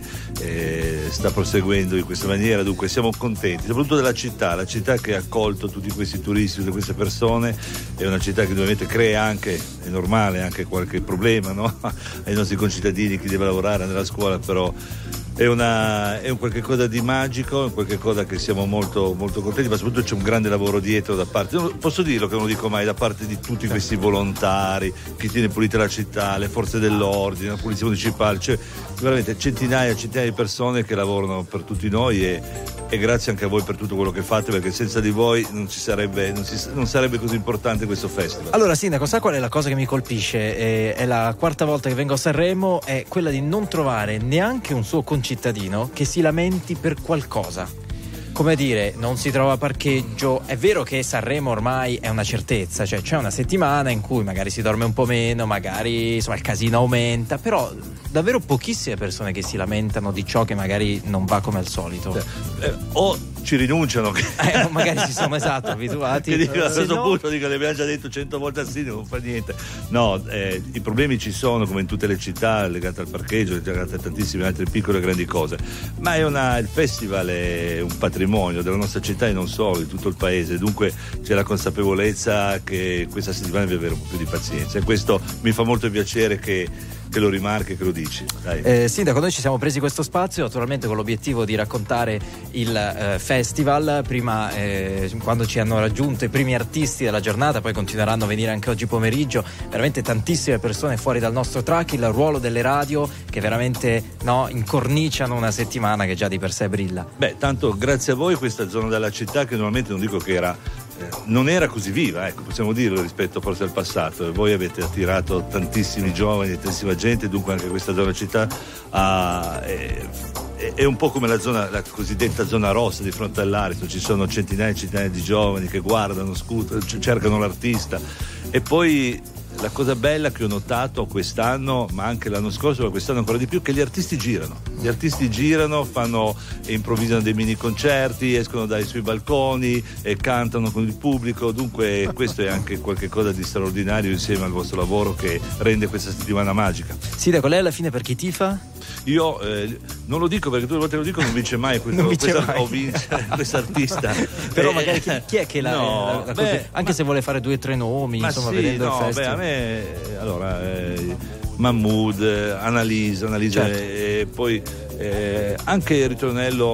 sta proseguendo in questa maniera, dunque siamo contenti, soprattutto della città, la città che ha accolto tutti questi turisti, tutte queste persone, è una città che ovviamente crea anche, è normale, anche qualche problema, no? Ai nostri concittadini, chi deve lavorare nella scuola, però è un qualche cosa di magico, è un qualche cosa che siamo molto, molto contenti, ma soprattutto c'è un grande lavoro dietro da parte, posso dirlo che non lo dico mai, da parte di tutti questi volontari, chi tiene pulita la città, le forze dell'ordine, la polizia municipale, cioè veramente centinaia di persone che lavorano per tutti noi e grazie anche a voi per tutto quello che fate, perché senza di voi non sarebbe così importante questo festival. Allora sindaco, sa qual è la cosa che mi colpisce? È la quarta volta che vengo a Sanremo, è quella di non trovare neanche un suo concittadino che si lamenti per qualcosa. Come dire, non si trova parcheggio. È vero che Sanremo ormai è una certezza, cioè c'è una settimana in cui magari si dorme un po' meno, magari insomma il casino aumenta, però davvero pochissime persone che si lamentano di ciò che magari non va come al solito. O ci rinunciano, o magari si sono abituati. A questo punto dico, le abbiamo già detto 100 volte al sindaco, non fa niente. No, i problemi ci sono come in tutte le città, legate al parcheggio, legate a tantissime altre piccole e grandi cose, ma il festival è un patrimonio della nostra città e non solo, di tutto il paese, dunque c'è la consapevolezza che questa settimana deve avere un po' più di pazienza e questo mi fa molto piacere che lo rimarchi e che lo dici. Dai. Sindaco, noi ci siamo presi questo spazio naturalmente con l'obiettivo di raccontare il festival, prima quando ci hanno raggiunto i primi artisti della giornata, poi continueranno a venire anche oggi pomeriggio, veramente tantissime persone fuori dal nostro track, il ruolo delle radio che veramente incorniciano una settimana che già di per sé brilla. Beh, tanto grazie a voi questa zona della città che normalmente non dico che non era così viva, ecco, possiamo dirlo rispetto forse al passato, e voi avete attirato tantissimi giovani, tantissima gente, dunque anche questa zona città è un po' come la cosiddetta zona rossa di fronte all'Ariston, ci sono centinaia e centinaia di giovani che guardano, cercano l'artista. E poi la cosa bella che ho notato quest'anno, ma anche l'anno scorso, ma quest'anno ancora di più, che gli artisti girano, fanno e improvvisano dei mini concerti, escono dai suoi balconi e cantano con il pubblico, dunque questo è anche qualche cosa di straordinario insieme al vostro lavoro che rende questa settimana magica. Sindaco, lei alla fine per chi tifa? Io non lo dico perché tutte le volte lo dico non vince mai questo artista. Però magari chi è che anche se vuole fare 2 o 3 nomi, insomma, sì, vedendo il festival. A me allora Mahmood, Annalisa certo. E poi anche il ritornello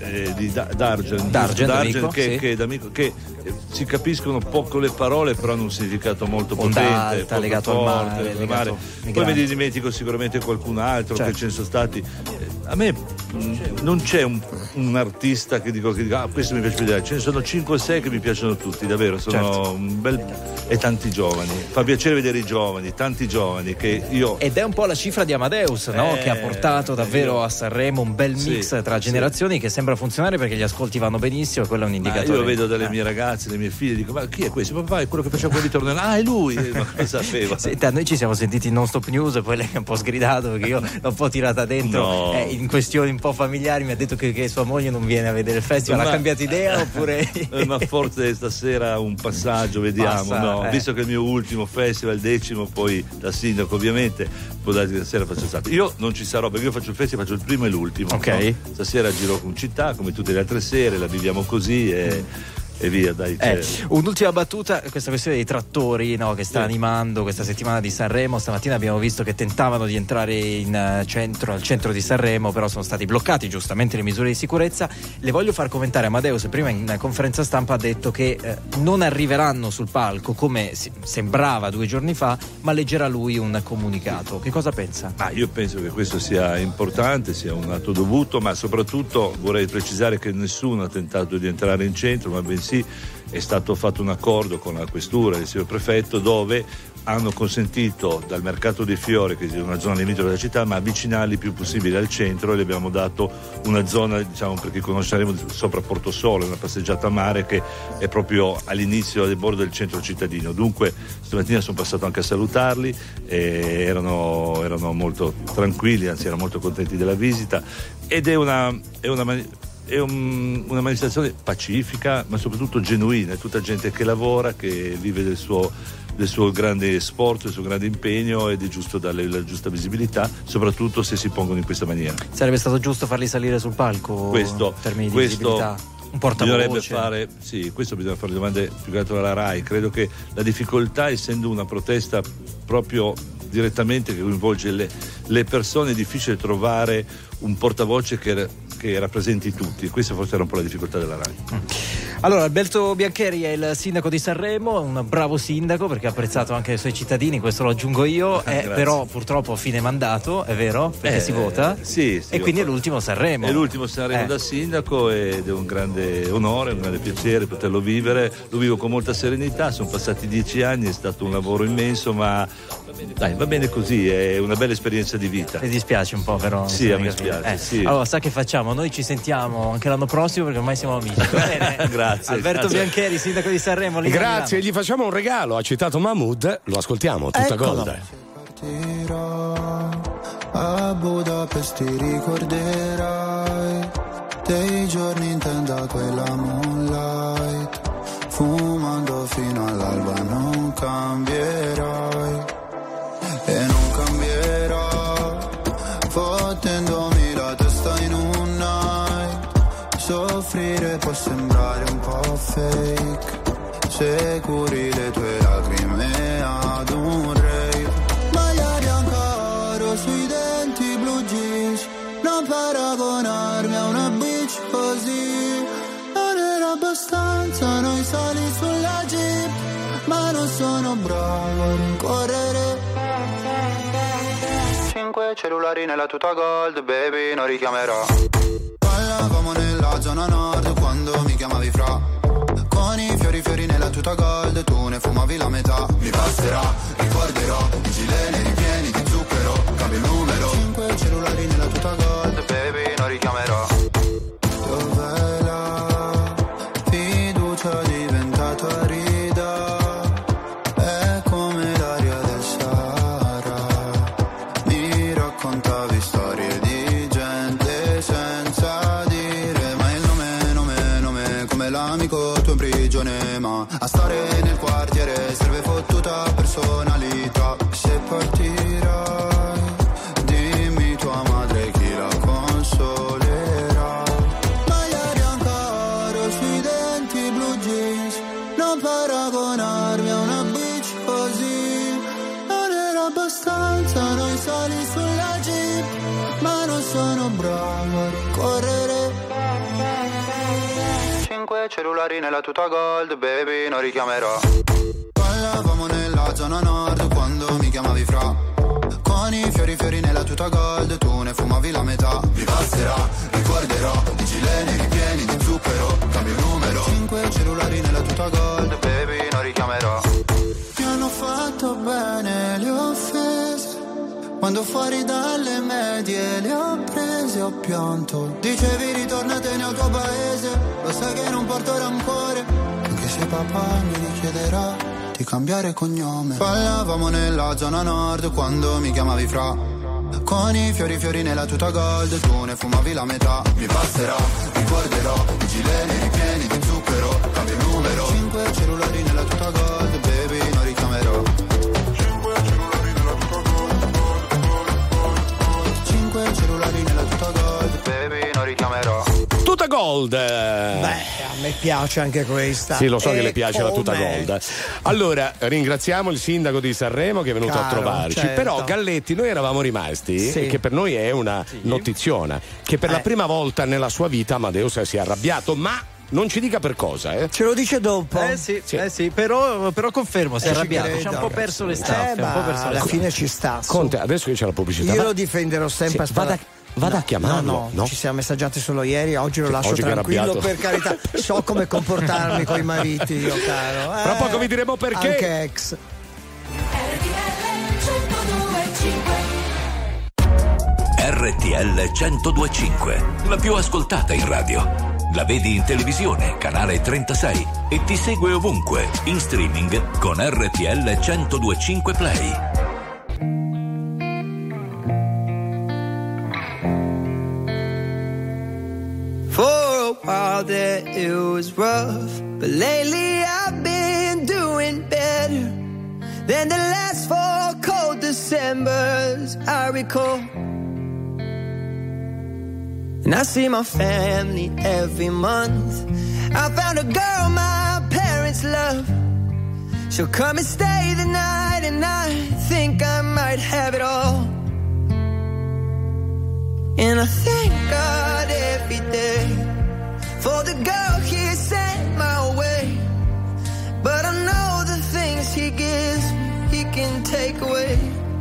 di D'Argent, amico, che si capiscono poco le parole, però hanno un significato molto potente, legato forte, al mare. Poi me ne dimentico sicuramente qualcun altro, che ce ne sono stati. A me non c'è un artista che dico questo mi piace vedere, ce ne sono 5 o 6 che mi piacciono tutti, davvero, sono un bel. E tanti giovani, fa piacere vedere i giovani, tanti giovani che io. Ed è un po' la cifra di Amadeus, no? Che ha portato davvero a Sanremo un bel mix tra generazioni che sembra funzionare perché gli ascolti vanno benissimo e quello è un indicatore. Io vedo dalle mie ragazze, le mie figlie, dico ma chi è questo? Papà è quello che faceva quel ritorno, è lui, ma cosa sapeva? Senta, noi ci siamo sentiti in Non Stop News e poi lei è un po' sgridato perché io l'ho un po' tirata dentro in questioni un po' familiari, mi ha detto che sua moglie non viene a vedere il festival, ha cambiato idea oppure? Ma forse stasera un passaggio, vediamo, visto che è il mio ultimo festival, il 10º, poi da sindaco ovviamente, può darsi che stasera faccio stato. Io non ci sarò perché io faccio il festival, faccio il primo e l'ultimo. Ok. No? Stasera giro con città come tutte le altre sere, la viviamo così e via, dai. Un'ultima battuta, questa questione dei trattori, no, che sta animando questa settimana di Sanremo. Stamattina abbiamo visto che tentavano di entrare al centro di Sanremo, però sono stati bloccati giustamente le misure di sicurezza. Le voglio far commentare Amadeus, prima in conferenza stampa ha detto che non arriveranno sul palco come sembrava 2 giorni fa, ma leggerà lui un comunicato. Che cosa pensa? Io penso che questo sia importante, sia un atto dovuto, ma soprattutto vorrei precisare che nessuno ha tentato di entrare in centro, ma bensì è stato fatto un accordo con la questura e il signor prefetto dove hanno consentito dal mercato dei fiori, che è una zona limitrofa della città, ma avvicinarli il più possibile al centro, e le abbiamo dato una zona, diciamo, perché conosceremo sopra Portosole, una passeggiata a mare che è proprio all'inizio del bordo del centro cittadino. Dunque stamattina sono passato anche a salutarli e erano molto tranquilli, anzi erano molto contenti della visita, ed è una manifestazione pacifica ma soprattutto genuina, è tutta gente che lavora, che vive del suo grande sport, del suo grande impegno, ed è giusto darle la giusta visibilità, soprattutto se si pongono in questa maniera. Sarebbe stato giusto farli salire sul palco in termini di visibilità? Un portavoce? Bisogna fare domande più che altro alla RAI. Credo che la difficoltà, essendo una protesta proprio direttamente che coinvolge le persone, è difficile trovare un portavoce che rappresenti tutti. Questa forse era un po' la difficoltà della RAI. Allora, Alberto Biancheri è il sindaco di Sanremo, un bravo sindaco perché ha apprezzato anche i suoi cittadini, questo lo aggiungo io, però purtroppo a fine mandato, è vero? Perché si vota? Sì. E quindi è l'ultimo Sanremo. È l'ultimo Sanremo da sindaco ed è un grande onore, un grande piacere poterlo vivere. Lo vivo con molta serenità, sono passati 10 anni, è stato un lavoro immenso, ma dai, va bene così, è una bella esperienza di vita. Mi dispiace un po', però. Sì, a me dispiace. Sì. Allora, sa che facciamo? Noi ci sentiamo anche l'anno prossimo perché ormai siamo amici. Bene? Grazie. Alberto Biancheri, sindaco di Sanremo. Grazie, gli facciamo un regalo. Ha citato Mahmood, lo ascoltiamo, tutta Gold. Partirò a Budapest, ti ricorderai dei giorni in tenda, quella moonlight, fumando fino all'alba. Non cambierai e non cambierò, fottendomi la testa in un night. Soffrire può sembrare un po' fake, se curi le tue lacrime ad un rave. Maglia bianca oro sui denti, blu jeans, non paragonarmi a una bitch così. Non era abbastanza noi sali sulla jeep, ma non sono bravo a rincorrere. 5 cellulari nella tuta gold, baby, non richiamerò. Parlavamo nella zona nord quando mi chiamavi fra, con i fiori nella tuta gold, tu ne fumavi la metà. Mi passerà, ricorderò, i gileni ripieni di zucchero, cambio il numero. 5 cellulari nella tuta gold, baby, non richiamerò. Dov'è la fiducia diventata rida? È come l'aria del Sahara. Mi raccontavi storie di gente senza dire mai il nome, come l'amico tuo in prigione. Ma a stare nel quartiere serve fottuta personalità. Se partirai, dimmi tua madre chi la consolerà. Maglia bianca oro sui denti, blu jeans, non paragonarmi a una bitch così. Non era abbastanza noi sali sulla jeep, ma non sono bravo a correre. 5 cellulari nella tuta gold, baby, non richiamerò. Parlavamo nella zona nord quando mi chiamavi fra. Con i fiori nella tuta gold, tu ne fumavi la metà. Mi passerà, ricorderò, di gileni ripieni di zucchero, cambio numero. 5 cellulari nella tuta gold, Baby, non richiamerò. mi hanno fatto bene le offese. Quando fuori dalle medie le ho prese, ho pianto. Dicevi ritornatene al tuo paese, lo sai che non porto rancore, anche se papà mi richiederà di cambiare cognome. Parlavamo nella zona nord quando mi chiamavi fra. Con i fiori nella tuta gold, tu ne fumavi la metà. Mi passerà, ricorderò, i gileni ripieni di zucchero, cambio numero. 5 cellulari nella tuta gold, baby, non richiamerò. 5 cellulari nella tuta gold, baby, non richiamerò. Tuta Gold. Beh, a me piace anche questa. Sì, lo so E che le piace la Tuta come? Gold. Allora, ringraziamo il sindaco di Sanremo che è venuto Caro, a trovarci. certo. Però, Galletti, noi eravamo rimasti, Sì. che per noi è una notiziona, che per la prima volta nella sua vita Amadeus si è arrabbiato, ma non ci dica per cosa, eh? Ce lo dice dopo. Sì, però confermo, si è Ci arrabbiato, credo. ci ha un po' perso le staffe, un po' perso le alla staffe. fine ci sta. su. Conte, adesso che c'è la pubblicità. Io va- lo difenderò sempre a Sì, spada. vada a chiamarlo, no? Ci siamo messaggiati solo ieri, oggi lo Sì, lascio oggi che è tranquillo, arrabbiato. per carità. So come comportarmi con i mariti, io caro. Fra poco vi diremo perché. Anche ex. RTL 1025, la più ascoltata in radio. La vedi in televisione, canale 36 e ti segue ovunque, in streaming con RTL 1025 Play. For a while there it was rough, but lately I've been doing better than the last 4 cold Decembers I recall. And I see my family every month. I found a girl my parents love. She'll come and stay the night, and I think I might have it all. And I thank God every day for the girl He sent my way. But I know the things He gives me, He can take away.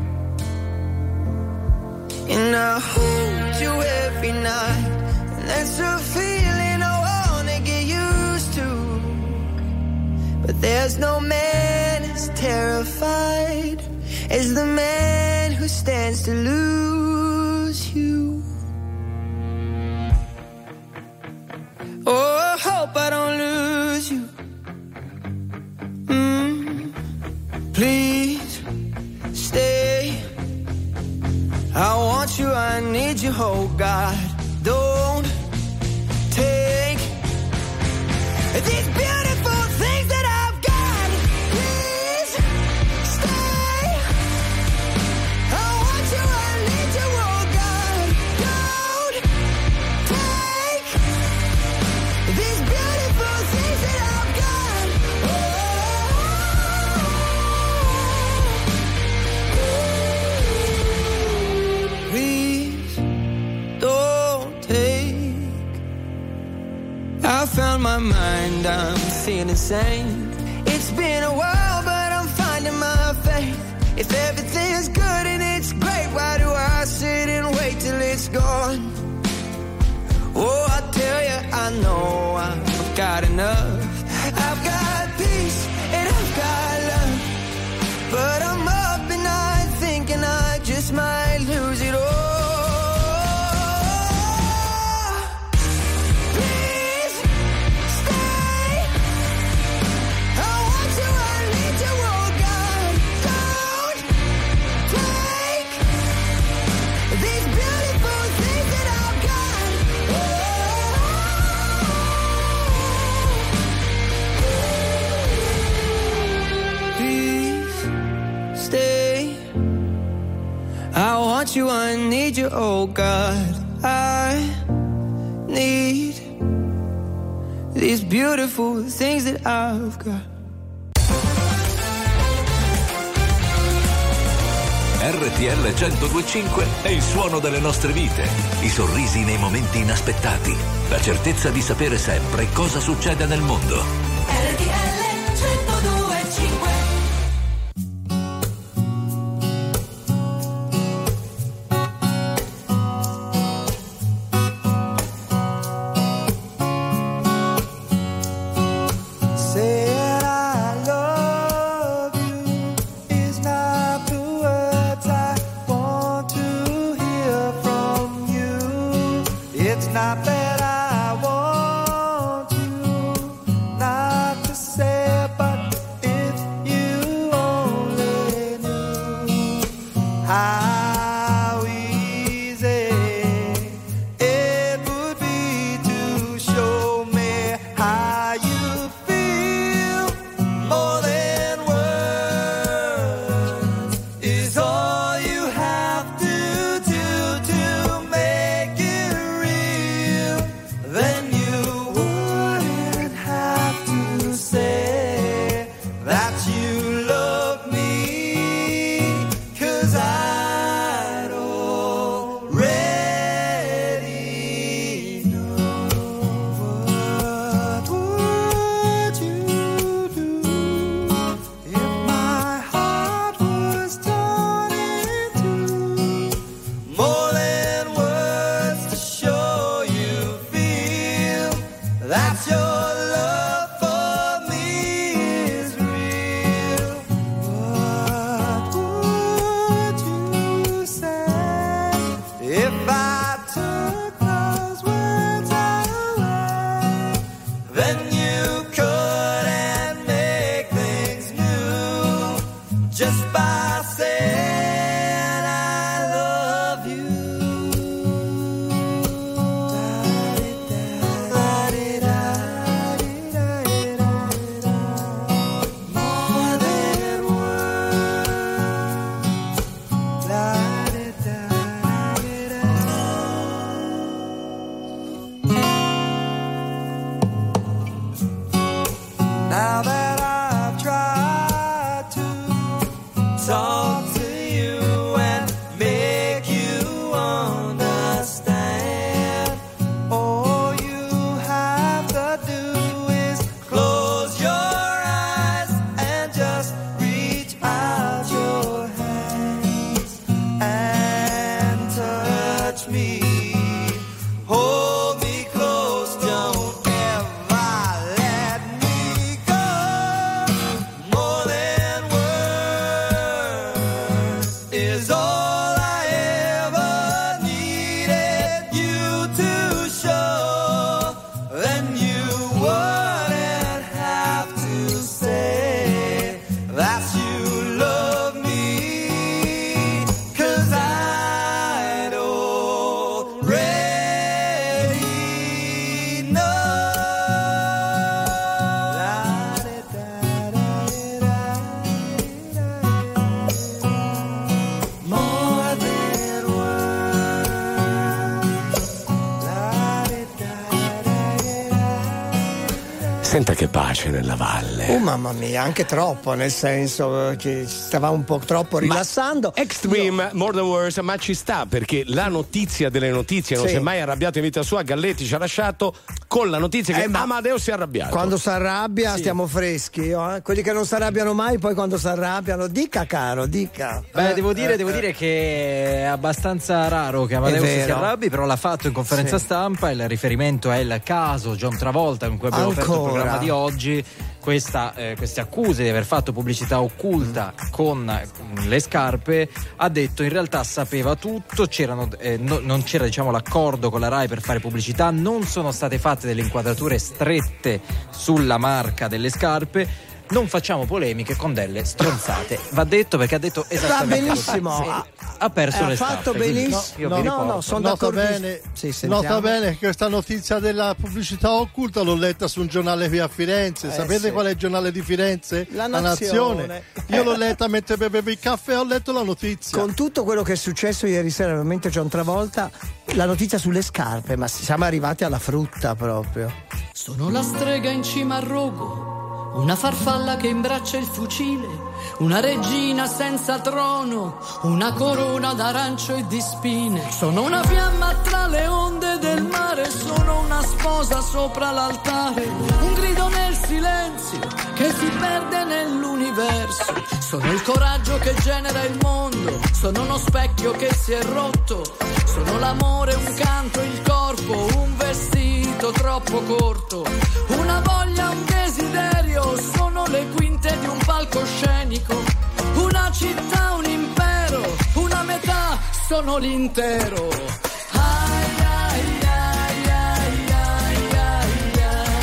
And I hold you every night, and that's a feeling I wanna get used to. But there's no man as terrified as the man who stands to lose you. Oh, I hope I don't lose you. Please stay. I want you, I need you, oh God. Don't take these beautiful things that I've got. Please stay. I want you, I need you, oh God. Don't take these beautiful things that I've got. Please don't take. I found my mind, I'm feeling insane. It's been a while, but I'm finding my faith. If everything's good and it's great, why do I sit and wait till it's gone? Oh, I tell you, I know I've got enough. I've got peace and I've got love, but I'm up at night thinking I just might lose it all. Please stay. I want you, I need you, oh God. Don't take these beautiful things that I've got. Please stay. I want you, I need you, oh God. I need these beautiful things that I've got. RTL 102.5 è il suono delle nostre vite, i sorrisi nei momenti inaspettati, la certezza di sapere sempre cosa succede nel mondo. RTL 102.5. Said I love you is not the words I want to hear from you. It's not that I want you not to say, but if you only knew how easy it would be to show me how you feel. More than words is all you have to do to make it real. Then you wouldn't have to say that you love me, 'cause I'd already know. What would you do if my heart was torn in two? More than words to show you feel that your love for me is real. What would you say if I took those words away? Then you couldn't make things new just by saying I love you. More than now that I've tried to talk to you and make you understand, all you have to do is close your eyes and just reach out your hands and touch me. Hold me close, don't ever let me go. More than words is all I ever needed you to show. Then you wouldn't have to say that you love me, 'cause I'd already know. More than Senta che pace nella valle. Oh mamma mia, anche troppo, nel senso che stavamo un po' troppo rilassando. Extreme, More Than Words, ma ci sta, perché la notizia delle notizie, non Sì. si è mai arrabbiato in vita sua. Galletti ci ha lasciato con la notizia che ma Amadeo si è arrabbiato. Quando si arrabbia stiamo freschi, quelli che non si arrabbiano mai, poi quando si arrabbiano, dica caro, dica. Beh, devo dire che è abbastanza raro che Amadeus È si vero. arrabbi, però l'ha fatto in conferenza stampa. Il riferimento è il caso John Travolta, con cui abbiamo aperto il programma di oggi. Queste accuse di aver fatto pubblicità occulta con le scarpe, ha detto in realtà sapeva tutto, non c'era l'accordo con la Rai per fare pubblicità, non sono state fatte delle inquadrature strette sulla marca delle scarpe. Non facciamo polemiche con delle stronzate, va detto, perché ha detto esattamente Va benissimo, così. Ha perso le fatto scarpe, quindi benissimo. io vi riporto. sono Nota d'accordo. bene, Sì, sentiamo. nota bene che questa notizia della pubblicità occulta l'ho letta su un giornale qui a Firenze. Sapete sì. qual è il giornale di Firenze? La Nazione. Io l'ho letta mentre bevevo il caffè, ho letto la notizia. Con tutto quello che è successo ieri sera, veramente John Travolta, la notizia sulle scarpe, ma siamo arrivati alla frutta proprio. Sono la strega in cima al rogo, una farfalla che imbraccia il fucile, una regina senza trono, una corona d'arancio e di spine. Sono una fiamma tra le onde del mare, sono una sposa sopra l'altare, un grido nel silenzio che si perde nell'universo. Sono il coraggio che genera il mondo, sono uno specchio che si è rotto, sono l'amore, un canto, il corpo, un vestito troppo corto, una voglia, un desiderio, sono le quinte di un palcoscenico, una città, un impero, una metà, sono l'intero. Ai, ai, ai, ai, ai, ai,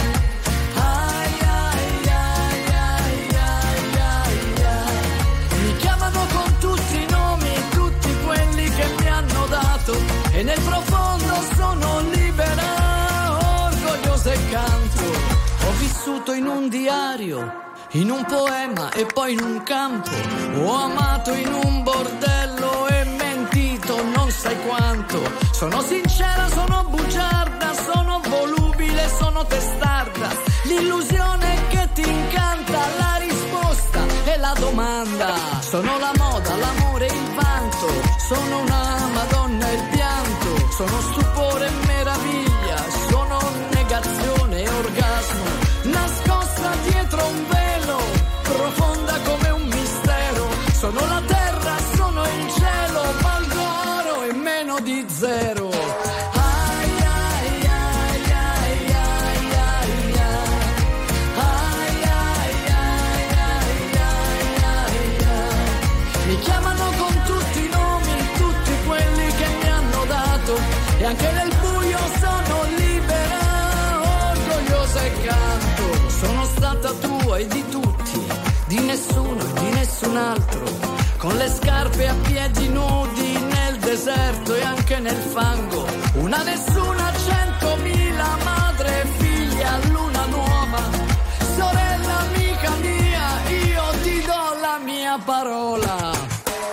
ai, ai, ai, ai, ai, ai. Mi chiamano con tutti i nomi, tutti quelli che mi hanno dato, e nel profondo sono libera, orgogliosa e canto. Ho vissuto in un diario, in un poema e poi in un campo, ho amato in un bordello e mentito non sai quanto. Sono sincera, sono bugiarda, sono volubile, sono testarda, l'illusione che ti incanta, la risposta e la domanda. Sono la moda, l'amore e il vanto, sono una madonna e il pianto, sono stupore e meraviglia, sono negazione e orgasmo, nascosta dietro un velo, profonda come un mistero. Sono la terra, sono il cielo, valgo oro e meno di zero. Ai, ai, ai, ai, ai, ai, ai, ai, ai, ai, ai. Mi chiamano con tutti i nomi, tutti quelli che mi hanno dato, e anche nel buio sono libera, orgogliosa e canto. Sono stata tua e di tutti, di nessuno e di nessun altro, con le scarpe a piedi nudi nel deserto e anche nel fango, una nessuna, 100.000, madre e figlia, luna nuova, sorella amica mia, io ti do la mia parola.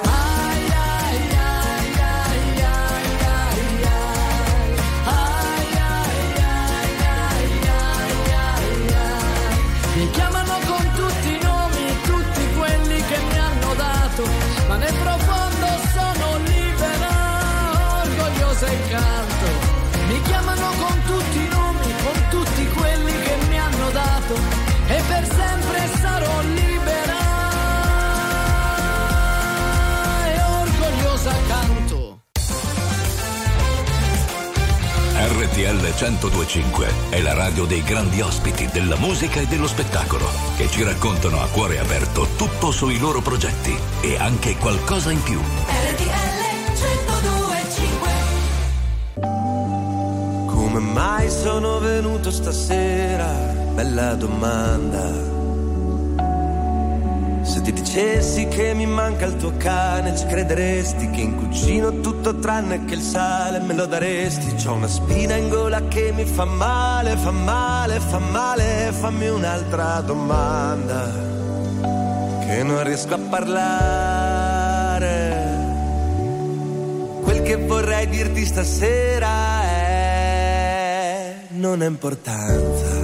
Mi chiamano con tutti i nomi, tutti quelli che mi hanno dato, ma nel profondo sono libera, orgogliosa e canto. Mi chiamano con tutti i nomi, con tutti quelli che mi hanno dato, e per sempre sarò libera e orgogliosa canto. RTL 1025 è la radio dei grandi ospiti della musica e dello spettacolo, che ci raccontano a cuore aperto tutto sui loro progetti e anche qualcosa in più. RTL 1025. Come mai sono venuto stasera? Bella domanda. Se ti dicessi che mi manca il tuo cane, ci crederesti che in cucina ho tutto tranne che il sale, me lo daresti. C'ho una spina in gola che mi fa male, fa male, fa male. Fammi un'altra domanda, che non riesco a parlare. Quel che vorrei dirti stasera è: non ha importanza.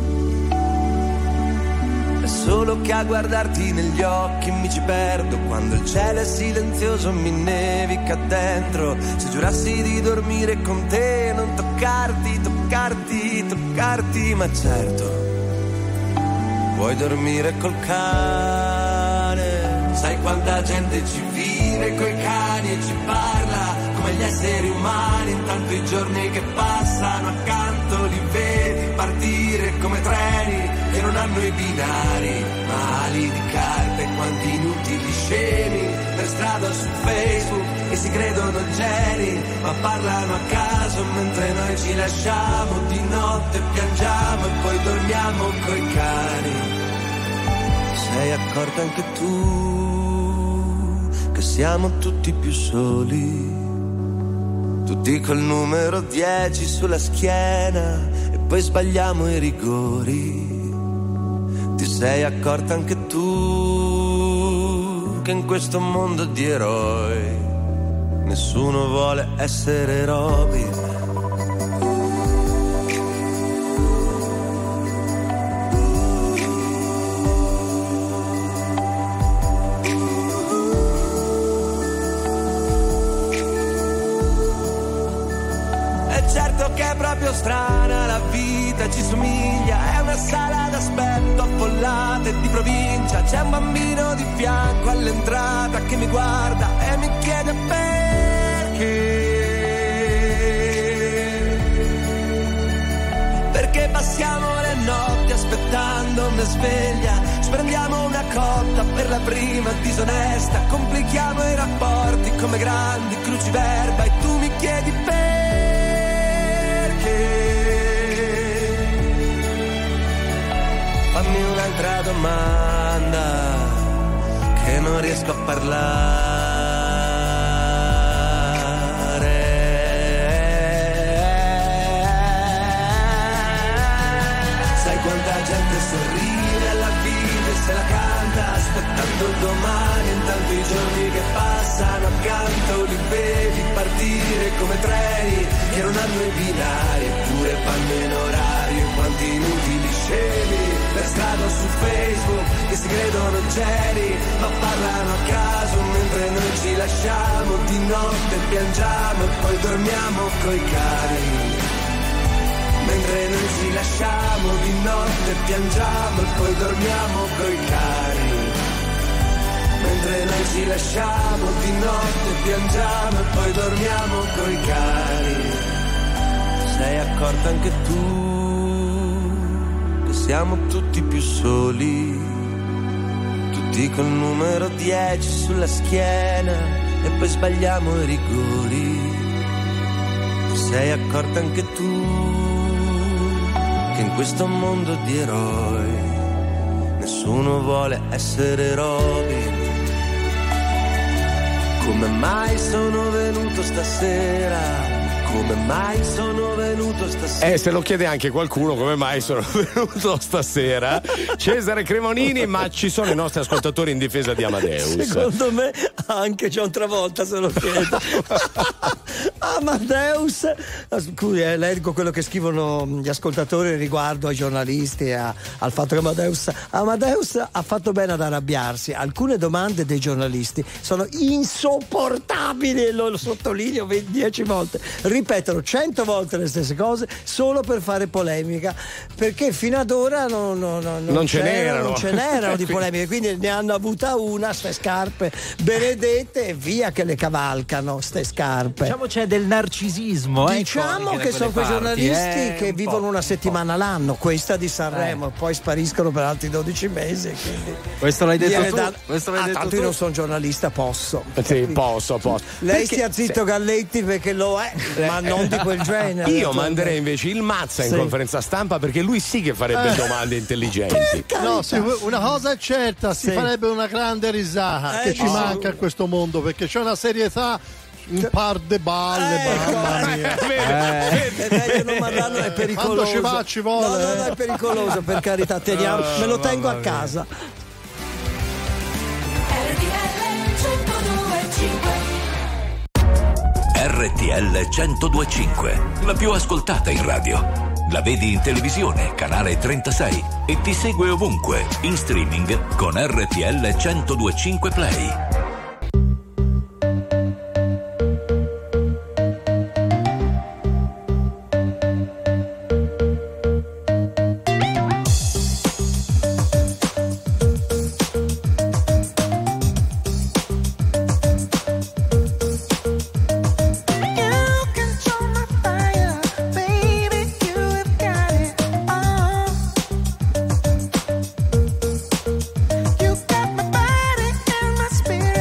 Solo che a guardarti negli occhi mi ci perdo, quando il cielo è silenzioso mi nevica dentro. Se giurassi di dormire con te, non toccarti, toccarti, toccarti, ma certo, puoi dormire col cane. Sai quanta gente ci vive coi cani e ci parla come gli esseri umani, intanto i giorni che passano accanto li vedi partire come treni che non hanno i binari, ma ali di carta e quanti inutili scemi per strada su Facebook e si credono geni, ma parlano a caso mentre noi ci lasciamo di notte, piangiamo e poi dormiamo coi cani. Sei accorta anche tu che siamo tutti più soli, tutti col numero 10 sulla schiena e poi sbagliamo i rigori. Ti sei accorta anche tu che in questo mondo di eroi nessuno vuole essere Robin. Certo che è proprio strana la vita, ci somiglia, è una sala d'aspetto affollata e di provincia. C'è un bambino di fianco all'entrata che mi guarda e mi chiede perché passiamo le notti aspettando una sveglia, spendiamo una cotta per la prima disonesta, complichiamo i rapporti come grandi cruciverba e tu mi chiedi fammi un'altra domanda che non riesco a parlare. Sai quanta gente sorride alla vita e se la canta aspettando il domani, intanto i giorni che passano accanto li vedi partire come treni che non hanno i binari eppure vanno in orario. Quanti inutili scemi per strada o su Facebook che si credono geni ma parlano a caso mentre noi ci lasciamo di notte, piangiamo e poi dormiamo coi cari. Mentre noi ci lasciamo di notte, piangiamo e poi dormiamo coi cari. Mentre noi ci lasciamo di notte, piangiamo e poi dormiamo coi cari. Sei accorta anche tu che siamo tutti più soli, tutti col numero 10 sulla schiena e poi sbagliamo i rigori. Sei accorta anche tu che in questo mondo di eroi nessuno vuole essere Robin. Come mai sono venuto stasera? Come mai sono venuto stasera? Se lo chiede anche qualcuno, come mai sono venuto stasera? Cesare Cremonini, ma ci sono i nostri ascoltatori in difesa di Amadeus. Secondo me anche John Travolta se lo chiede. Amadeus, scusi, leggo quello che scrivono gli ascoltatori riguardo ai giornalisti e al fatto che Amadeus ha fatto bene ad arrabbiarsi. Alcune domande dei giornalisti sono insopportabili e lo sottolineo 10 volte. Ripetono 100 volte le stesse cose solo per fare polemica, perché fino ad ora non ce n'erano di polemiche, quindi ne hanno avuta una, ste scarpe benedette, e via che le cavalcano ste scarpe. Diciamo c'è del narcisismo, diciamo che sono quei giornalisti che vivono una settimana l'anno, questa di Sanremo, poi spariscono per altri 12 mesi, quindi questo l'hai detto tu? Tanto io non sono giornalista, posso. Sì, posso. Lei stia zitto, Galletti, perché lo è, ma non di quel genere. Io manderei invece il Mazza in conferenza stampa, perché lui sì che farebbe domande intelligenti. No, una cosa è certa, si farebbe una grande risata che ci manca in questo mondo, perché c'è una serietà, un par de balle, mamma mia. È meglio non mandarlo, è pericoloso. Quando ci vuole. No, è pericoloso, per carità, teniamo, me lo tengo a casa. RTL 1025, la più ascoltata in radio. La vedi in televisione, canale 36, e ti segue ovunque, in streaming con RTL 1025 Play. Spirit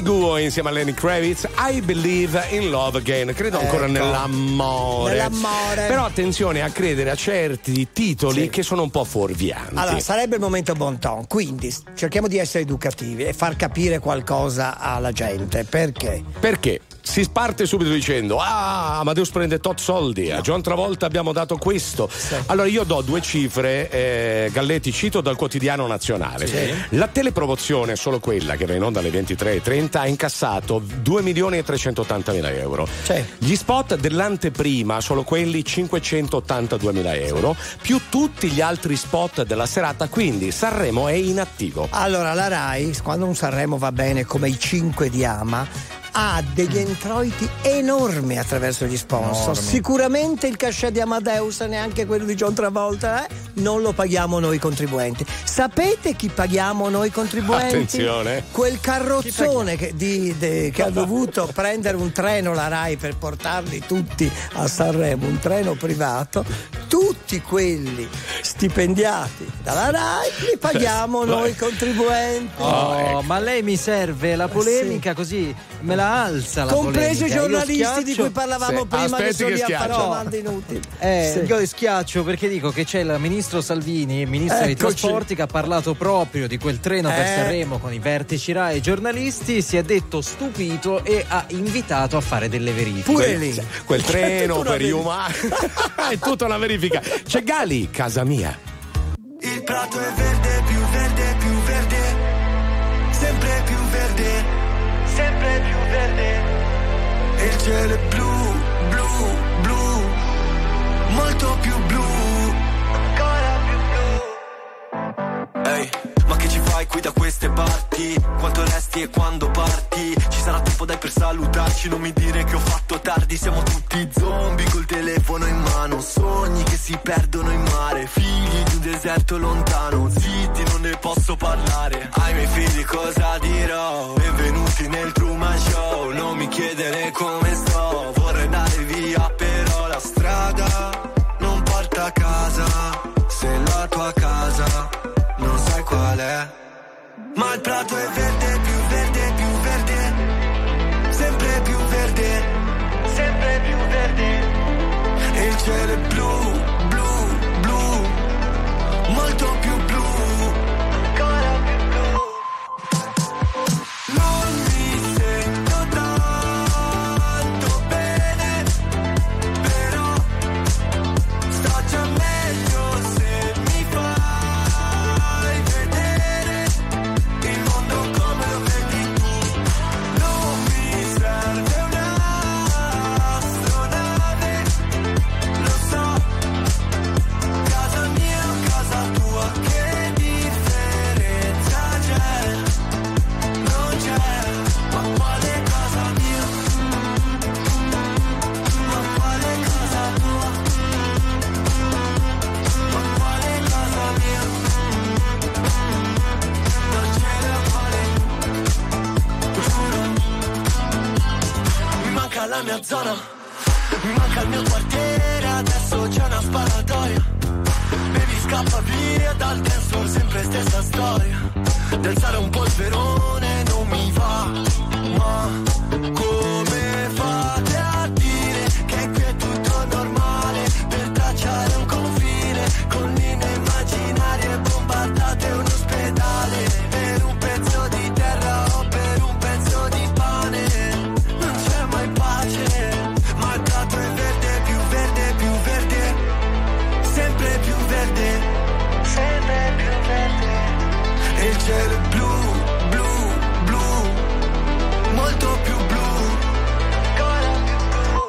Guo insieme a Lenny Kravitz, I Believe in Love Again. Credo ancora nell'amore. Però attenzione a credere a certi titoli che sono un po' fuorvianti. Allora, sarebbe il momento bon ton, quindi cerchiamo di essere educativi e far capire qualcosa alla gente. Perché? Perché? Si parte subito dicendo Amadeus prende tot soldi, a John Travolta abbiamo dato questo. Allora io do due cifre, Galletti, cito dal Quotidiano Nazionale. La telepromozione, solo quella che va in onda alle 23:30, ha incassato 2.380.000 euro. Gli spot dell'anteprima, solo quelli 582.000 euro, più tutti gli altri spot della serata, quindi Sanremo è inattivo. Allora la Rai, quando un Sanremo va bene come i 5 di Ama, ha degli introiti enormi attraverso gli sponsor. Sicuramente il cachet di Amadeus, neanche quello di John Travolta, non lo paghiamo noi contribuenti. Sapete chi paghiamo noi contribuenti? Attenzione. Quel carrozzone che ha dovuto prendere un treno la Rai per portarli tutti a Sanremo, un treno privato. Tutti quelli stipendiati dalla Rai li paghiamo noi contribuenti. Ma lei mi serve la polemica così me la alza la compreso polemica. I giornalisti di cui parlavamo prima, che sono lì a fare domande inutili. Io schiaccio perché dico che c'è il ministro Salvini, il ministro dei trasporti, che ha parlato proprio di quel treno per Sanremo con i vertici Rai e i giornalisti, si è detto stupito e ha invitato a fare delle verifiche. Pure lì quel treno per gli umani è tutta una verifica. C'è Gali, casa mia. Il prato è verde, più verde, più verde, sempre più verde, sempre più verde. E il cielo è blu, blu, blu, molto più blu, ancora più blu. Ehi, ma che ci fai qui da queste parti? Quanto resti e quando parti? Ci sarà tempo dai per salutarci, non mi dire che ho fatto tardi. Siamo tutti zombie col telefono in mano, sogni che si perdono in mare, figli di un deserto lontano, zitti non ne posso parlare. Ai miei figli cosa dirò? Benvenuti nel Truman Show, non mi chiedere come sto, vorrei andare via però la strada non porta a casa, se la tua casa non sai qual è. Ma il prato è verde, più verde, più verde, sempre più verde, sempre più verde. E il cielo è blu, blu, blu, molto più blu, ancora più blu. Non mi sento tanto bene, però sto già meglio se mi fai vedere il mondo come lo vedi tu. Non mi serve un'astronave, lo so, casa mia o casa tua, che differenza c'è? Non c'è, ma quale casa mia? Ma quale casa tua? Ma quale casa mia? Non ce ne vuole, giuro. Mi manca la mia zona, mi manca il mio quartiere, adesso c'è una sparatoria. Baby scappa via dal dance, sempre stessa storia. Di alzare un polverone non mi va, ma come fate a dire che qui è tutto normale? Per tracciare un confine con linee immaginarie, bombardate un ospedale per un pezzo di terra o per un pezzo di pane. Non c'è mai pace, ma il prato è verde, più verde, più verde, sempre più verde, sempre più verde. E il cielo è blu, blu, blu, molto più blu, ancora più blu.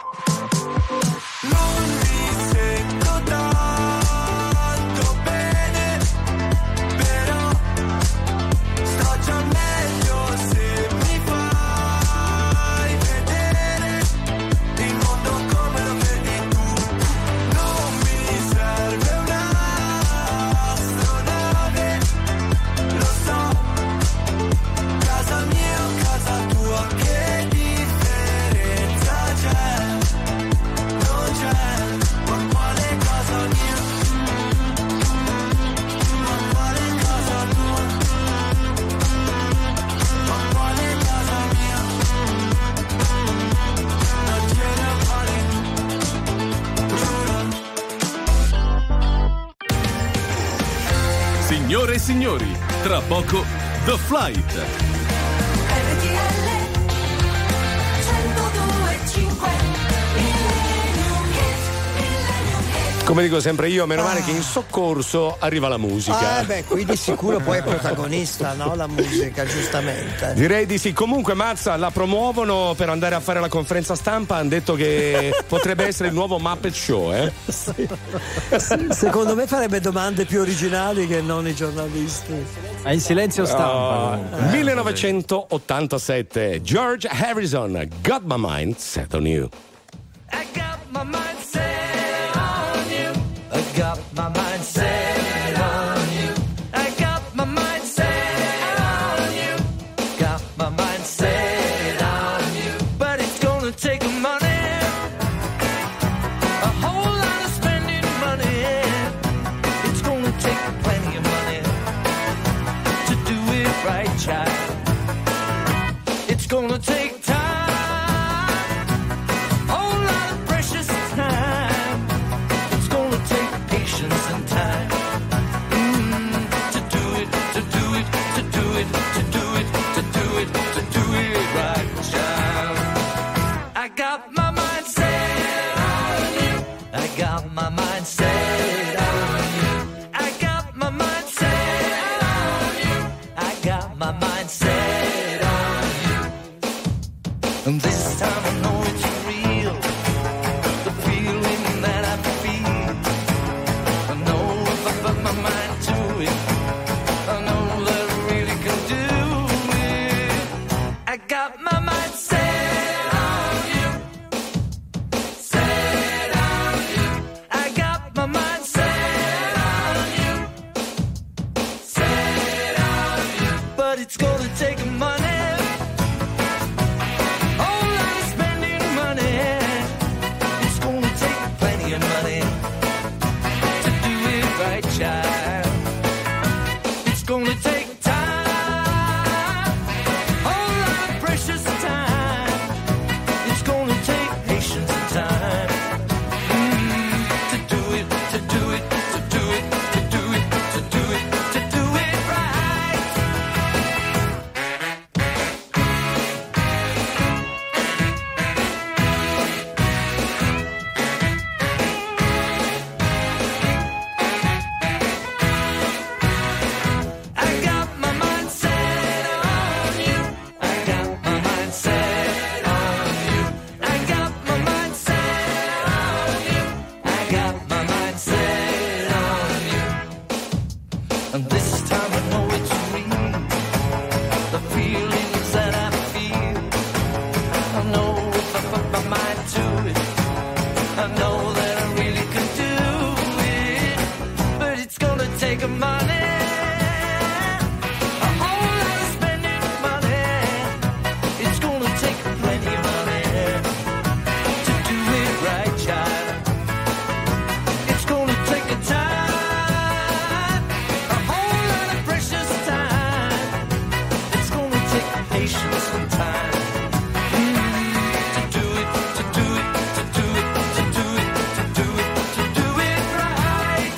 Non mi sento tanto bene, però sto già meglio se mi fai vedere il mondo come lo vedi tu. Non mi serve un'astronave, lo so, Signore e signori, tra poco The Flight. Come dico sempre io, meno male che in soccorso arriva la musica. Qui di sicuro poi è protagonista, no? La musica, giustamente. Direi di sì. Comunque Mazza la promuovono per andare a fare la conferenza stampa. Hanno detto che potrebbe essere il nuovo Muppet Show, Sì. Secondo me farebbe domande più originali che non i giornalisti. In silenzio stampa. 1987, George Harrison, Got My Mind Set on You. I got my mind set on you. I got my mind set on you. I got my mind set on you. Got my mind set on you. But it's gonna take money, a whole lot of spending money. It's gonna take plenty of money to do it right, child. It's gonna take time. And this time I know it's real, the feeling that I feel. I know if I put my mind to it, I know that I really can do it. I got my mind set on you, set on you. I got my mind set on you, set on you. But it's gonna take money. It's gonna take time, a lot of precious time. It's gonna take patience and time to do it, to do it, to do it, to do it, to do it, to do it right. And this time I know it's real, the feelings that I feel. I know if I put my mind to it, I know that I really can do it. But it's gonna take money, a whole lot of spending money. It's gonna take plenty of money to do it right, child. It's gonna take a time. Patience and time to do it, to do it, to do it, to do it, to do it, to do it right.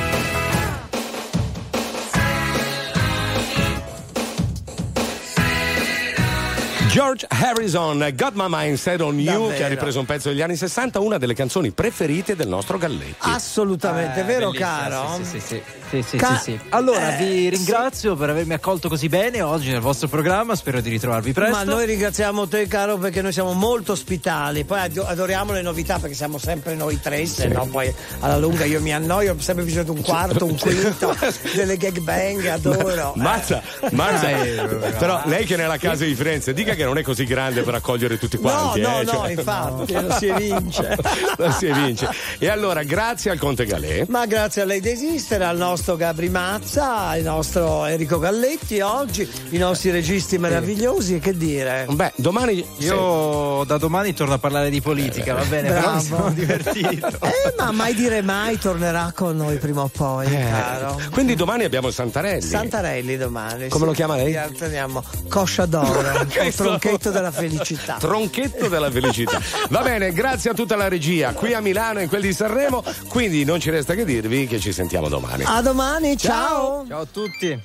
George Harrison, Got My Mind Set on You, Davvero. che ha ripreso un pezzo degli anni 60, una delle canzoni preferite del nostro Galletti. Assolutamente, vero caro? Sì. Allora vi ringrazio per avermi accolto così bene oggi nel vostro programma, spero di ritrovarvi presto. Ma noi ringraziamo te, caro, perché noi siamo molto ospitali, poi adoriamo le novità perché siamo sempre noi tre, se no poi alla lunga io mi annoio, ho sempre bisogno di un quarto, un quinto, delle gag bang, adoro. Mazza, però lei che è nella casa di Firenze, dica che non è così grande per accogliere tutti quanti. No, infatti, non si evince. Non si evince. E allora, grazie al Conte Galè. Ma grazie a lei di esistere, al nostro Gabri Mazza, al nostro Enrico Galletti oggi, i nostri registi meravigliosi, e che dire? Beh, domani da domani torno a parlare di politica, va bene, però mi sono divertito. Ma mai dire mai, tornerà con noi prima o poi, caro. Quindi domani abbiamo Santarelli. Santarelli domani. Come lo chiama lei? Teniamo Coscia d'oro. tronchetto della felicità. Tronchetto della felicità. Va bene, grazie a tutta la regia qui a Milano e in quelli di Sanremo, quindi non ci resta che dirvi che ci sentiamo domani. A domani, ciao. Ciao a tutti.